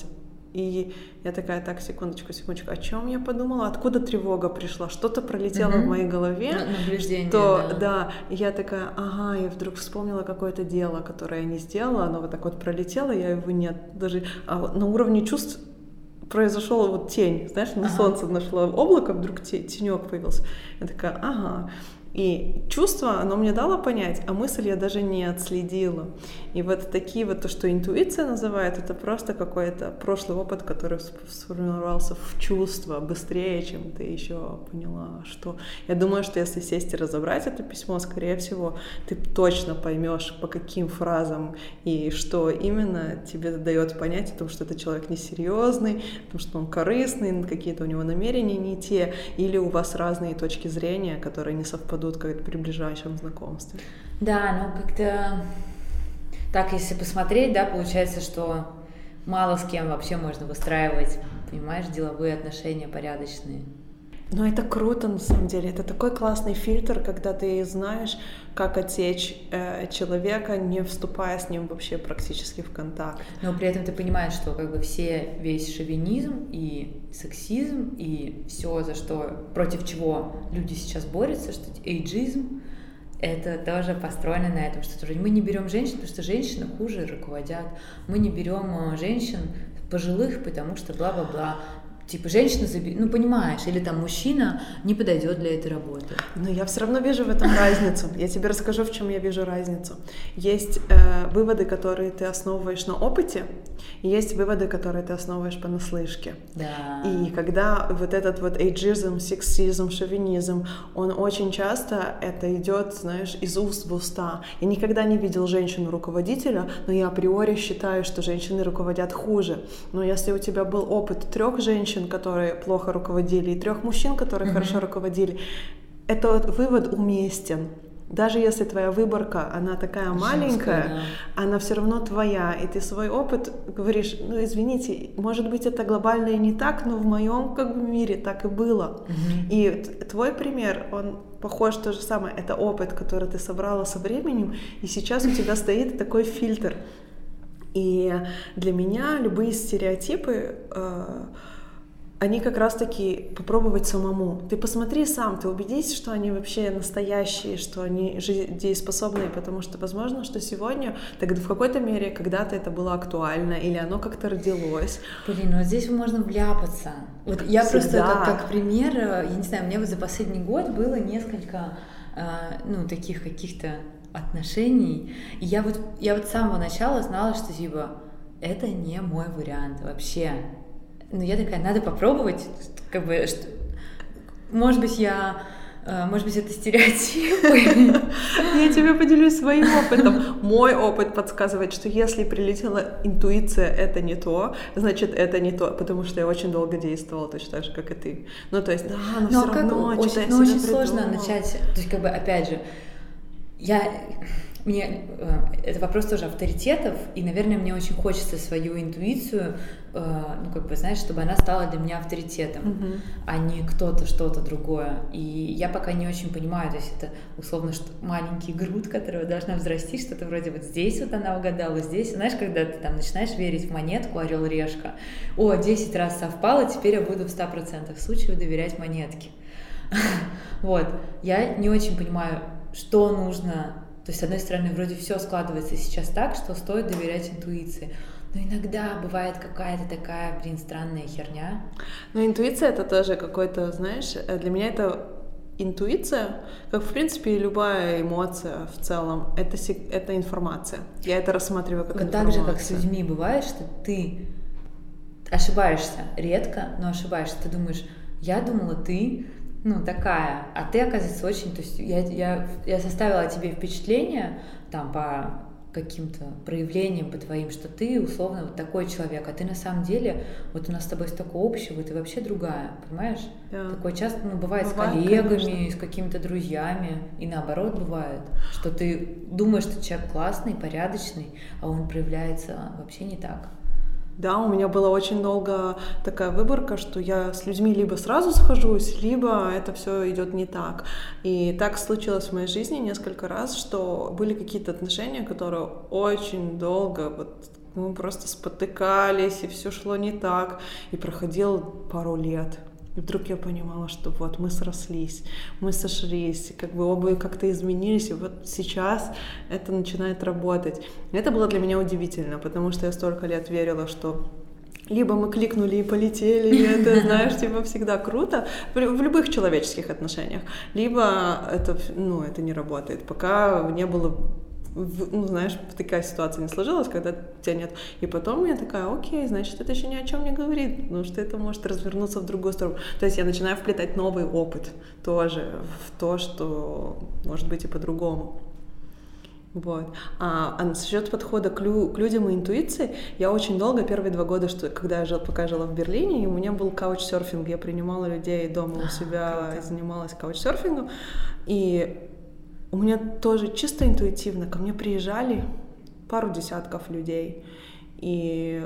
И я такая, так, секундочку, секундочку, о чем я подумала, откуда тревога пришла, что-то пролетело mm-hmm. в моей голове. Наблюдение, что, да. да. И я такая, ага, я вдруг вспомнила какое-то дело, которое я не сделала, оно вот так вот пролетело, я его не... даже а на уровне чувств произошла вот тень, знаешь, на ага. солнце нашло облако, вдруг тенек появился. Я такая, ага. И чувство, оно мне дало понять, а мысль я даже не отследила. И вот такие вот, то, что интуиция называет, это просто какой-то прошлый опыт, который сформировался в чувство быстрее, чем ты еще поняла, что... Я думаю, что если сесть и разобрать это письмо, скорее всего, ты точно поймешь, по каким фразам и что именно тебе дает понять о том, что этот человек несерьезный, о том, что он корыстный, какие-то у него намерения не те, или у вас разные точки зрения, которые не совпадут как при ближайшем знакомстве. Да, ну как-то так, если посмотреть, да, получается, что мало с кем вообще можно выстраивать, понимаешь, деловые отношения порядочные. Но это круто, на самом деле. Это такой классный фильтр, когда ты знаешь, как отсечь э, человека, не вступая с ним вообще практически в контакт. Но при этом ты понимаешь, что как бы все, весь шовинизм и сексизм, и все, за что, против чего люди сейчас борются, что эйджизм, это тоже построено на этом, что мы не берем женщин, потому что женщины хуже руководят, мы не берем женщин пожилых, потому что бла-бла-бла. типа женщина, заби... ну понимаешь, или там мужчина не подойдет для этой работы. Но я все равно вижу в этом разницу. Я тебе расскажу, в чем я вижу разницу. Есть э, выводы, которые ты основываешь на опыте, и есть выводы, которые ты основываешь понаслышке. Да. И когда вот этот вот эйджизм, сексизм, шовинизм, он очень часто это идет, знаешь, из уст в уста. Я никогда не видел женщину-руководителя, но я априори считаю, что женщины руководят хуже. Но если у тебя был опыт трех женщин, которые плохо руководили, и трех мужчин, которые mm-hmm. хорошо руководили, этот вывод уместен. Даже если твоя выборка, она такая Жесткая, маленькая, да. она все равно твоя, и ты свой опыт говоришь, ну извините, может быть это глобально и не так, но в моем как бы мире так и было. Mm-hmm. И твой пример, он похож то же самое, это опыт, который ты собрала со временем, и сейчас у тебя стоит такой фильтр. И для меня любые стереотипы э, они как раз-таки попробовать самому. Ты посмотри сам, ты убедись, что они вообще настоящие, что они дееспособные, потому что, возможно, что сегодня, так в какой-то мере, когда-то это было актуально, или оно как-то родилось. Блин, ну здесь можно вляпаться. Вот я Всегда. просто как, как пример, я не знаю, у меня вот за последний год было несколько, ну, таких каких-то отношений, и я вот, я вот с самого начала знала, что, типа, это не мой вариант вообще. Ну, я такая, надо попробовать, как бы, что... может быть, я, может быть, это стереотипы. Я тебе поделюсь своим опытом. Мой опыт подсказывает, что если прилетела интуиция, это не то, значит, это не то, потому что я очень долго действовала точно так же, как и ты. Ну, то есть, да, но, но все равно, очень, что-то я но себе очень придумала. Сложно начать, то есть, как бы, опять же, я... Мне, это вопрос тоже авторитетов, и, наверное, мне очень хочется свою интуицию, ну, как бы, знаешь, чтобы она стала для меня авторитетом, mm-hmm. а не кто-то, что-то другое. И я пока не очень понимаю, то есть это, условно, что маленький груд, которого должна взрасти, что-то вроде вот здесь вот она угадала, здесь, знаешь, когда ты там начинаешь верить в монетку «Орел-решка», о, десять раз совпало, теперь я буду в ста процентах случаев доверять монетке. Вот, я не очень понимаю, что нужно... То есть, с одной стороны, вроде все складывается сейчас так, что стоит доверять интуиции. Но иногда бывает какая-то такая, блин, странная херня. Но интуиция — это тоже какой-то, знаешь, для меня это интуиция, как, в принципе, и любая эмоция в целом, это, это информация. Я это рассматриваю как вот информацию. Так же, как с людьми бывает, что ты ошибаешься редко, но ошибаешься. Ты думаешь, я думала, ты... ну, такая, а ты, оказывается, очень, то есть я, я, я составила о тебе впечатление, там, по каким-то проявлениям, по твоим, что ты, условно, вот такой человек, а ты на самом деле, вот у нас с тобой столько общего, ты вообще другая, понимаешь? Да. Такое часто, ну, бывает, бывает с коллегами, конечно. С какими-то друзьями, и наоборот бывает, что ты думаешь, что человек классный, порядочный, а он проявляется вообще не так. Да, у меня была очень долго такая выборка, что я с людьми либо сразу схожусь, либо это все идет не так. И так случилось в моей жизни несколько раз, что были какие-то отношения, которые очень долго вот, мы просто спотыкались, и все шло не так. И проходило пару лет. И вдруг я понимала, что вот мы срослись, мы сошлись, как бы оба как-то изменились, и вот сейчас это начинает работать. И это было для меня удивительно, потому что я столько лет верила, что либо мы кликнули и полетели, и это, знаешь, типа всегда круто, в любых человеческих отношениях, либо это, ну, это не работает, пока не было... ну, знаешь, такая ситуация не сложилась, когда тебя нет. И потом я такая, окей, значит, это еще ни о чем не говорит, потому что это может развернуться в другую сторону. То есть я начинаю вплетать новый опыт тоже в то, что может быть и по-другому. Вот. А, а насчет подхода к, лю, к людям и интуиции, я очень долго, первые два года, что, когда я жила, пока я жила в Берлине, и у меня был каучсерфинг, я принимала людей дома у себя, а, занималась каучсерфингом, и у меня тоже чисто интуитивно ко мне приезжали пару десятков людей, и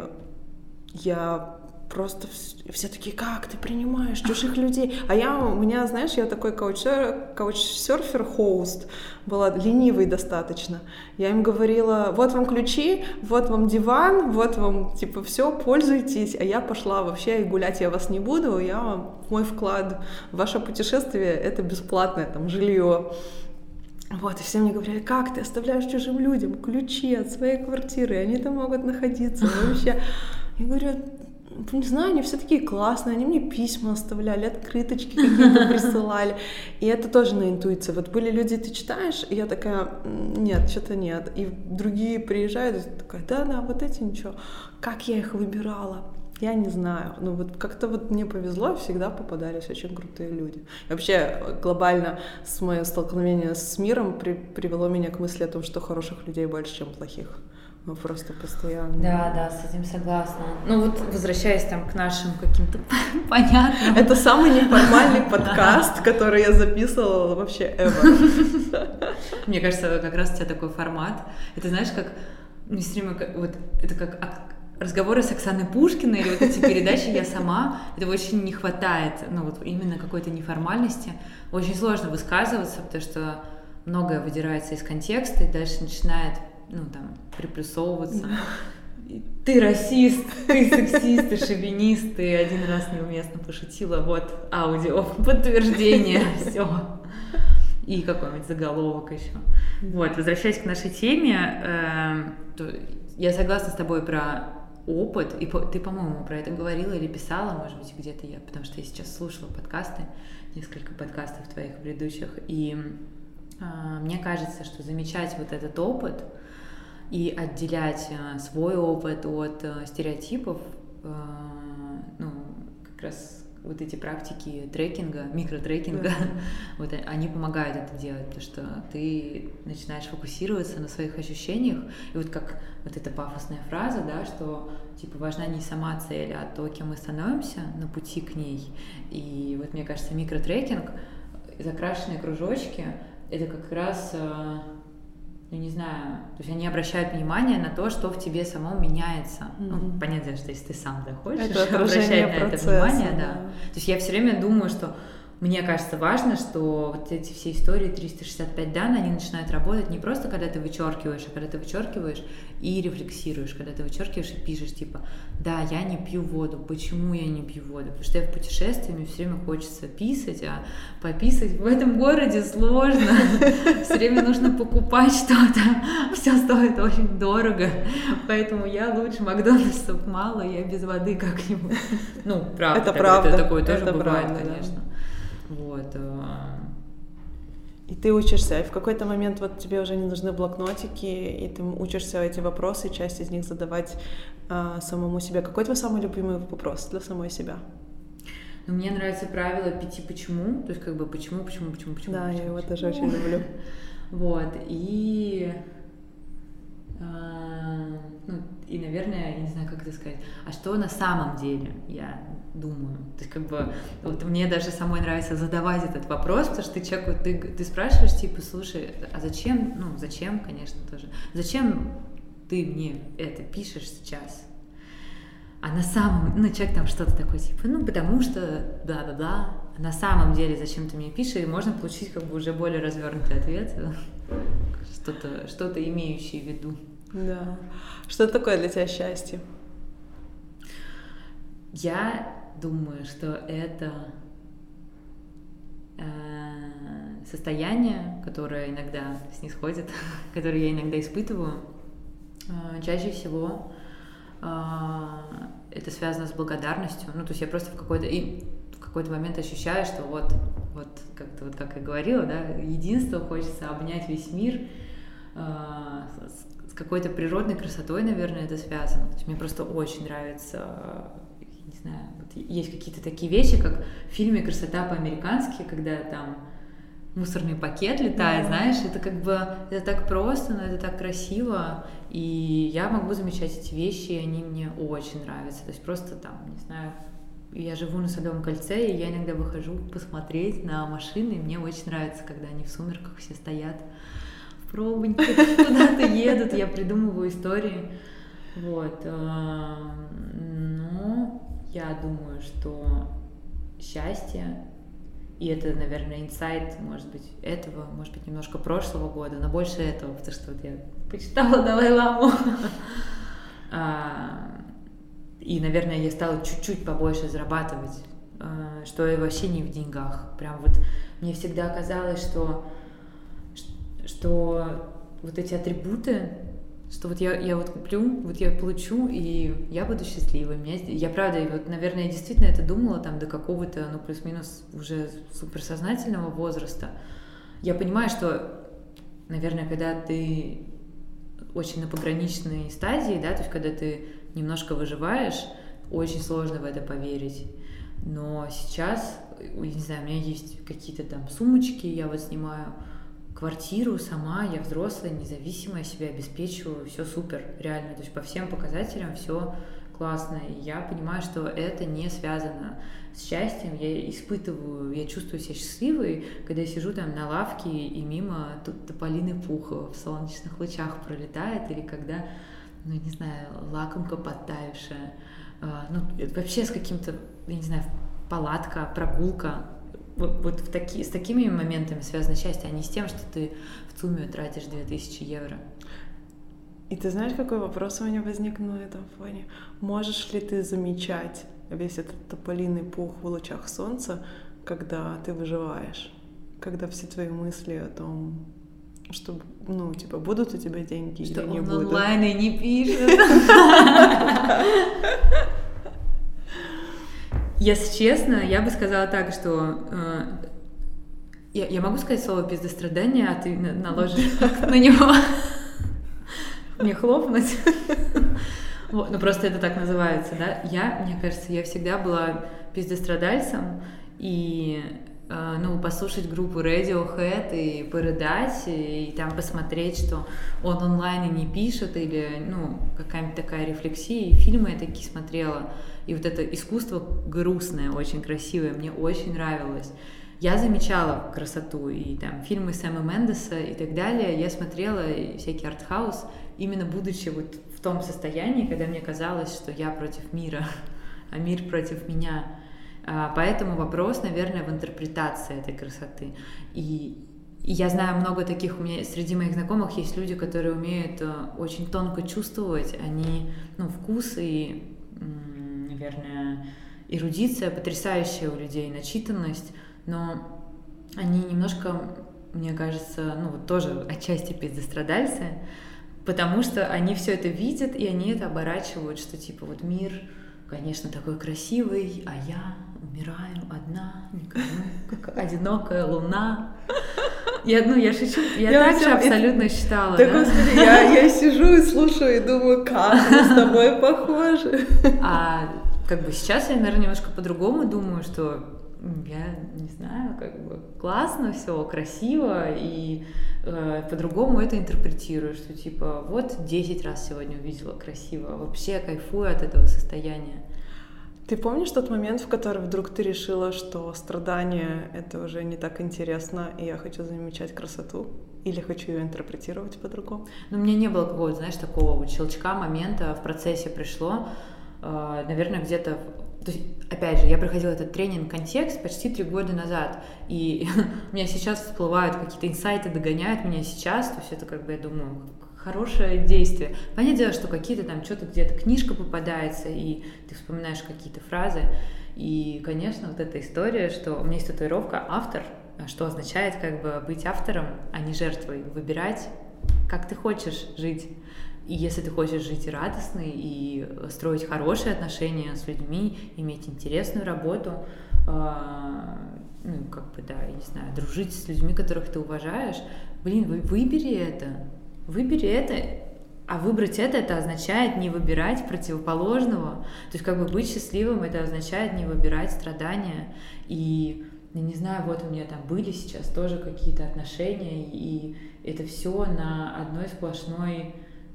я просто... Все такие, как ты принимаешь чужих людей? А я, у меня, знаешь, я такой каучсерфер-хост, была ленивой достаточно. Я им говорила, вот вам ключи, вот вам диван, вот вам, типа, все, пользуйтесь. А я пошла вообще, и гулять я вас не буду, я вам, мой вклад в ваше путешествие, это бесплатное, там, жилье. Вот, и все мне говорили, как ты оставляешь чужим людям ключи от своей квартиры, они там могут находиться вообще. Я говорю, не знаю, они все такие классные, они мне письма оставляли, открыточки какие-то присылали, и это тоже на интуиции. Вот были люди, ты читаешь, и я такая, нет, что-то нет, и другие приезжают, и такая, да-да, вот эти ничего, как я их выбирала? Я не знаю, ну вот как-то вот мне повезло, всегда попадались очень крутые люди. И вообще глобально с мое столкновение с миром при, привело меня к мысли о том, что хороших людей больше, чем плохих. Ну просто постоянно. Да, да, с этим согласна. Ну вот возвращаясь там к нашим каким-то понятным. Это самый неформальный подкаст, который я записывала вообще ever. Мне кажется, как раз у тебя такой формат. Это знаешь, как мне все время вот это как разговоры с Оксаной Пушкиной или вот эти передачи «Я сама», этого очень не хватает, ну вот именно какой-то неформальности. Очень сложно высказываться, потому что многое выдирается из контекста и дальше начинает, ну там, приплюсовываться. Ты расист, ты сексист, ты шовинист, ты один раз неуместно пошутила, вот аудио, подтверждение, все. И какой-нибудь заголовок еще. Вот, возвращаясь к нашей теме, э, то я согласна с тобой про опыт, и по, ты, по-моему, про это говорила или писала, может быть, где-то я, потому что я сейчас слушала подкасты, несколько подкастов твоих предыдущих, и э, мне кажется, что замечать вот этот опыт и отделять э, свой опыт от э, стереотипов, э, ну, как раз вот эти практики трекинга, микротрекинга, yeah. вот они помогают это делать, потому что ты начинаешь фокусироваться на своих ощущениях, и вот как вот эта пафосная фраза, да, что типа важна не сама цель, а то, кем мы становимся на пути к ней. И вот мне кажется, микротрекинг, закрашенные кружочки, это как раз, ну не знаю, то есть они обращают внимание на то, что в тебе самом меняется. Mm-hmm. Ну, понятно, что если ты сам захочешь обращать на это внимание, да. да. То есть я все время думаю, что мне кажется важно, что вот эти все истории триста шестьдесят пять дан, они начинают работать не просто, когда ты вычеркиваешь, а когда ты вычеркиваешь и рефлексируешь, когда ты вычеркиваешь и пишешь, типа, да, я не пью воду, почему я не пью воду? Потому что я в путешествии, мне все время хочется писать, а пописать в этом городе сложно, все время нужно покупать что-то, все стоит очень дорого, поэтому я лучше Макдональдсов мало, я без воды как-нибудь. Ну, правда, это правда, это такое тоже бывает, конечно. Вот. И ты учишься, и в какой-то момент вот тебе уже не нужны блокнотики, и ты учишься эти вопросы, часть из них задавать а, самому себе. Какой твой самый любимый вопрос для самой себя? Ну, мне нравится правило пяти почему, то есть как бы почему, почему, почему, почему. Да, почему, я его почему. тоже очень люблю. Вот, и... Ну, и, наверное, я не знаю, как это сказать, а что на самом деле я думаю? То есть, как бы, вот мне даже самой нравится задавать этот вопрос, потому что ты человеку, ты, ты спрашиваешь, типа, слушай, а зачем, ну, зачем, конечно, тоже, зачем ты мне это пишешь сейчас? А на самом, ну, человек там что-то такое, типа, ну, потому что, да-да-да, а на самом деле зачем ты мне пишешь, и можно получить, как бы, уже более развернутый ответ, что-то, что-то имеющее в виду. Да. Что такое для тебя счастье? Я думаю, что это э, состояние, которое иногда снисходит, которое я иногда испытываю. Э, чаще всего э, это связано с благодарностью. Ну, то есть я просто в какой-то и в какой-то момент ощущаю, что вот, вот как-то вот как я говорила, да, единство, хочется обнять весь мир. Э, с какой-то природной красотой, наверное, это связано. То есть мне просто очень нравится, не знаю, вот есть какие-то такие вещи, как в фильме «Красота по-американски», когда там мусорный пакет летает, mm-hmm. знаешь, это как бы, это так просто, но это так красиво, и я могу замечать эти вещи, и они мне очень нравятся. То есть просто там, не знаю, я живу на Садовом кольце, и я иногда выхожу посмотреть на машины, и мне очень нравится, когда они в сумерках все стоят, пробоньки, куда-то едут, я придумываю истории. Вот. Но я думаю, что счастье, и это, наверное, инсайт, может быть, этого, может быть, немножко прошлого года, но больше этого, потому что вот я почитала Далай-ламу. И, наверное, я стала чуть-чуть побольше зарабатывать, что и вообще не в деньгах. Прям вот мне всегда казалось, что что вот эти атрибуты что вот я, я вот куплю, вот я получу, и я буду счастливой. Меня, я правда, вот, наверное, я действительно это думала там до какого-то, ну, плюс-минус уже суперсознательного возраста. Я понимаю, что, наверное, когда ты очень на пограничной стадии, да, то есть когда ты немножко выживаешь, очень сложно в это поверить. Но сейчас, не знаю, у меня есть какие-то там сумочки, я вот снимаю квартиру сама, я взрослая, независимая, себя обеспечиваю, все супер, реально, то есть по всем показателям все классно, и я понимаю, что это не связано с счастьем, я испытываю, я чувствую себя счастливой, когда я сижу там на лавке и мимо тут тополиный пух в солнечных лучах пролетает, или когда, ну, не знаю, лакомка подтаявшая, ну, вообще с каким-то, я не знаю, палатка, прогулка. Вот, вот в таки, с такими моментами связано счастье, а не с тем, что ты в ЦУМе тратишь две тысячи евро. И ты знаешь, какой вопрос у меня возник на этом фоне? Можешь ли ты замечать весь этот тополиный пух в лучах солнца, когда ты выживаешь? Когда все твои мысли о том, что, ну, типа, будут у тебя деньги что или не будут? будут? Что он онлайн и не пишет. Если честно, я бы сказала так, что э, я, я могу сказать слово пиздострадание, а ты на, наложишь на него мне хлопнуть. Вот, ну просто это так называется, да. Я, мне кажется, я всегда была пиздострадальцем, и э, ну, послушать группу Radiohead и порыдать, и, и там посмотреть, что он онлайн и не пишет, или, ну, какая-нибудь такая рефлексия, и фильмы я такие смотрела. И вот это искусство грустное, очень красивое, мне очень нравилось. Я замечала красоту, и там фильмы Сэма Мендеса и так далее. Я смотрела всякий артхаус, именно будучи вот в том состоянии, когда мне казалось, что я против мира, а мир против меня. Поэтому вопрос, наверное, в интерпретации этой красоты. И, и я знаю много таких, у меня среди моих знакомых есть люди, которые умеют очень тонко чувствовать, они, ну, вкус и... наверное, эрудиция потрясающая у людей, начитанность, но они немножко, мне кажется, ну вот тоже отчасти пиздострадальцы, потому что они все это видят, и они это оборачивают, что типа вот мир, конечно, такой красивый, а я умираю одна, никому, как одинокая луна. Я, ну, я шучу, я, я так же абсолютно это... считала, да? Да, господи, я, я сижу и слушаю, и думаю, как мы с тобой похожи. А как бы сейчас я, наверное, немножко по-другому думаю, что я не знаю, как бы классно все, красиво, и э, по-другому это интерпретирую, что типа вот десять раз сегодня увидела красиво, вообще кайфую от этого состояния. Ты помнишь тот момент, в который вдруг ты решила, что страдание — это уже не так интересно, и я хочу замечать красоту? Или хочу ее интерпретировать по-другому? Ну, у меня не было какого-то, знаешь, такого вот щелчка, момента, в процессе пришло, э, наверное, где-то... То есть, опять же, я проходила этот тренинг «Контекст» почти три года назад, и у меня сейчас всплывают какие-то инсайты, догоняют меня сейчас, то есть это как бы, я думаю, хорошее действие. Понятное дело, что какие-то там, что-то где-то книжка попадается, и ты вспоминаешь какие-то фразы, и, конечно, вот эта история, что у меня есть татуировка «Автор», что означает как бы быть автором, а не жертвой, выбирать, как ты хочешь жить. И если ты хочешь жить радостный и строить хорошие отношения с людьми, иметь интересную работу, э, ну, как бы, да, я не знаю, дружить с людьми, которых ты уважаешь, блин, вы, выбери это, выбери это, а выбрать это, это означает не выбирать противоположного, то есть как бы быть счастливым, это означает не выбирать страдания, и я не знаю, вот у меня там были сейчас тоже какие-то отношения, и это все на одной сплошной...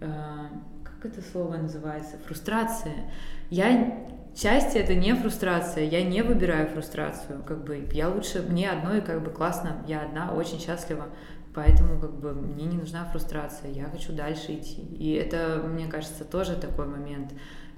как это слово называется, фрустрация. Я, счастье — это не фрустрация, я не выбираю фрустрацию, как бы я лучше, мне одной как бы классно, я одна, очень счастлива, поэтому как бы мне не нужна фрустрация, я хочу дальше идти. И это, мне кажется, тоже такой момент.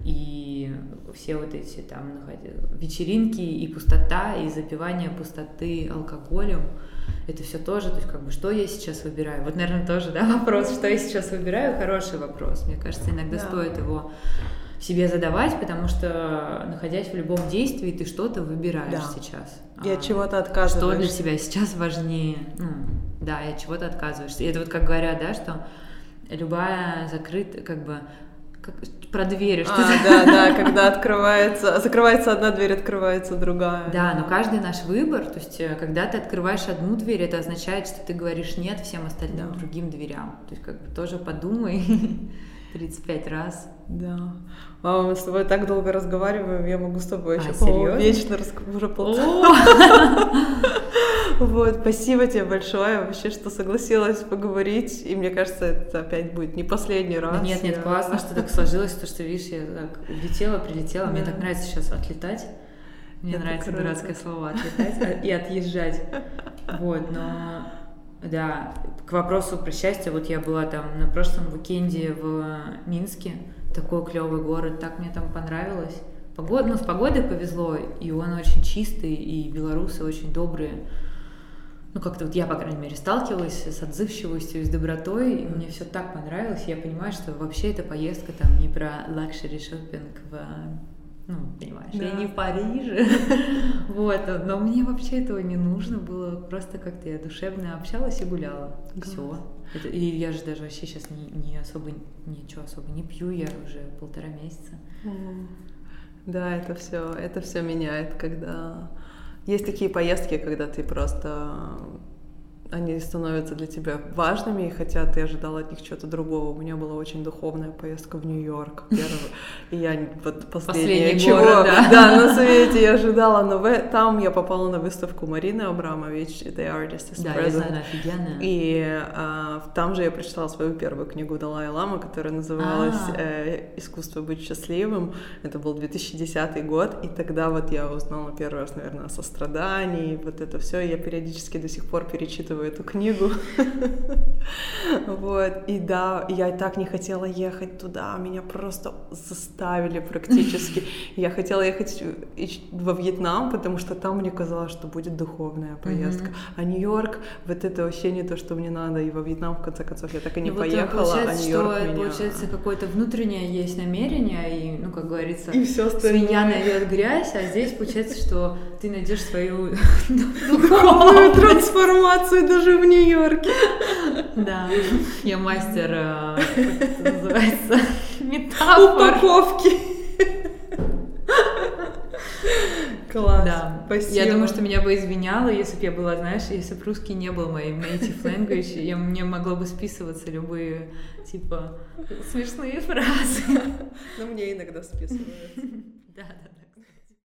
И все вот эти там вечеринки и пустота, и запивание пустоты алкоголем, это все тоже, то есть как бы что я сейчас выбираю? Вот, наверное, тоже, да, вопрос, что я сейчас выбираю, хороший вопрос. Мне кажется, иногда да. стоит его себе задавать, потому что, находясь в любом действии, ты что-то выбираешь да. сейчас. И от чего-то отказываешься. Что для тебя сейчас важнее? Ну, да, и от чего-то отказываешься. И это вот как говорят, да, что любая закрытая, как бы, как, про двери. Что а, да, да, когда открывается, закрывается одна дверь, открывается другая. Да, но каждый наш выбор, то есть, когда ты открываешь одну дверь, это означает, что ты говоришь нет всем остальным да. другим дверям. То есть, как бы, тоже подумай тридцать пять раз. Да. Мама, мы с тобой так долго разговариваем, я могу с тобой еще, а, серьезно? вечно разговаривать, уже полтора. Вот, спасибо тебе большое вообще, что согласилась поговорить, и мне кажется, это опять будет не последний раз. Да нет, нет, классно, что так сложилось, то, что, видишь, я так улетела, прилетела, мне так нравится сейчас отлетать, мне нравится дурацкое слово «отлетать» и «отъезжать», вот, но, да, к вопросу про счастье, вот я была там на прошлом уикенде в Минске, такой клевый город, так мне там понравилось. Погода, ну, с погодой повезло, и он очень чистый, и белорусы очень добрые. Ну, как-то вот я, по крайней мере, сталкивалась с отзывчивостью и с добротой, и мне все так понравилось. Я понимаю, что вообще эта поездка там не про лакшери шоппинг в, ну, понимаешь, да. я не в Париже. Вот, но мне вообще этого не нужно было. Просто как-то я душевно общалась и гуляла. Все. И я же даже вообще сейчас не, не особо, ничего особо не пью, я уже полтора месяца. Да, это все, это все меняет, когда есть такие поездки, когда ты просто они становятся для тебя важными, хотя ты ожидала от них чего-то другого. У меня была очень духовная поездка в Нью-Йорк, первая, и я вот последнее, чего город, да. да, на свете я ожидала, но в, там я попала на выставку Марины Абрамович, The Artist is да, Present. Я знаю, она офигенная. И а, там же я прочитала свою первую книгу Далай Лама, которая называлась э, «Искусство быть счастливым». Это был две тысячи десятый год, и тогда вот я узнала первый раз, наверное, о сострадании, вот это все, и я периодически до сих пор перечитываю эту книгу. Вот. И да, я так не хотела ехать туда, меня просто заставили практически. Я хотела ехать во Вьетнам, потому что там мне казалось, что будет духовная поездка. Mm-hmm. А Нью-Йорк, вот это вообще не то, что мне надо. И во Вьетнам, в конце концов, я так и не ну, поехала, вот, а Нью-Йорк что, меня... Получается, какое-то внутреннее есть намерение, и, ну, как говорится, и все свинья найдет грязь, а здесь получается, что ты найдешь свою духовную трансформацию даже в Нью-Йорке. Да, я мастер, как это называется, метафор. Упаковки. Класс, да. Спасибо. Я думаю, что меня бы извиняло, если бы я была, знаешь, если бы русский не был моим native language, я, мне могло бы списываться любые, типа, смешные фразы. Но мне иногда списываются. Да, да.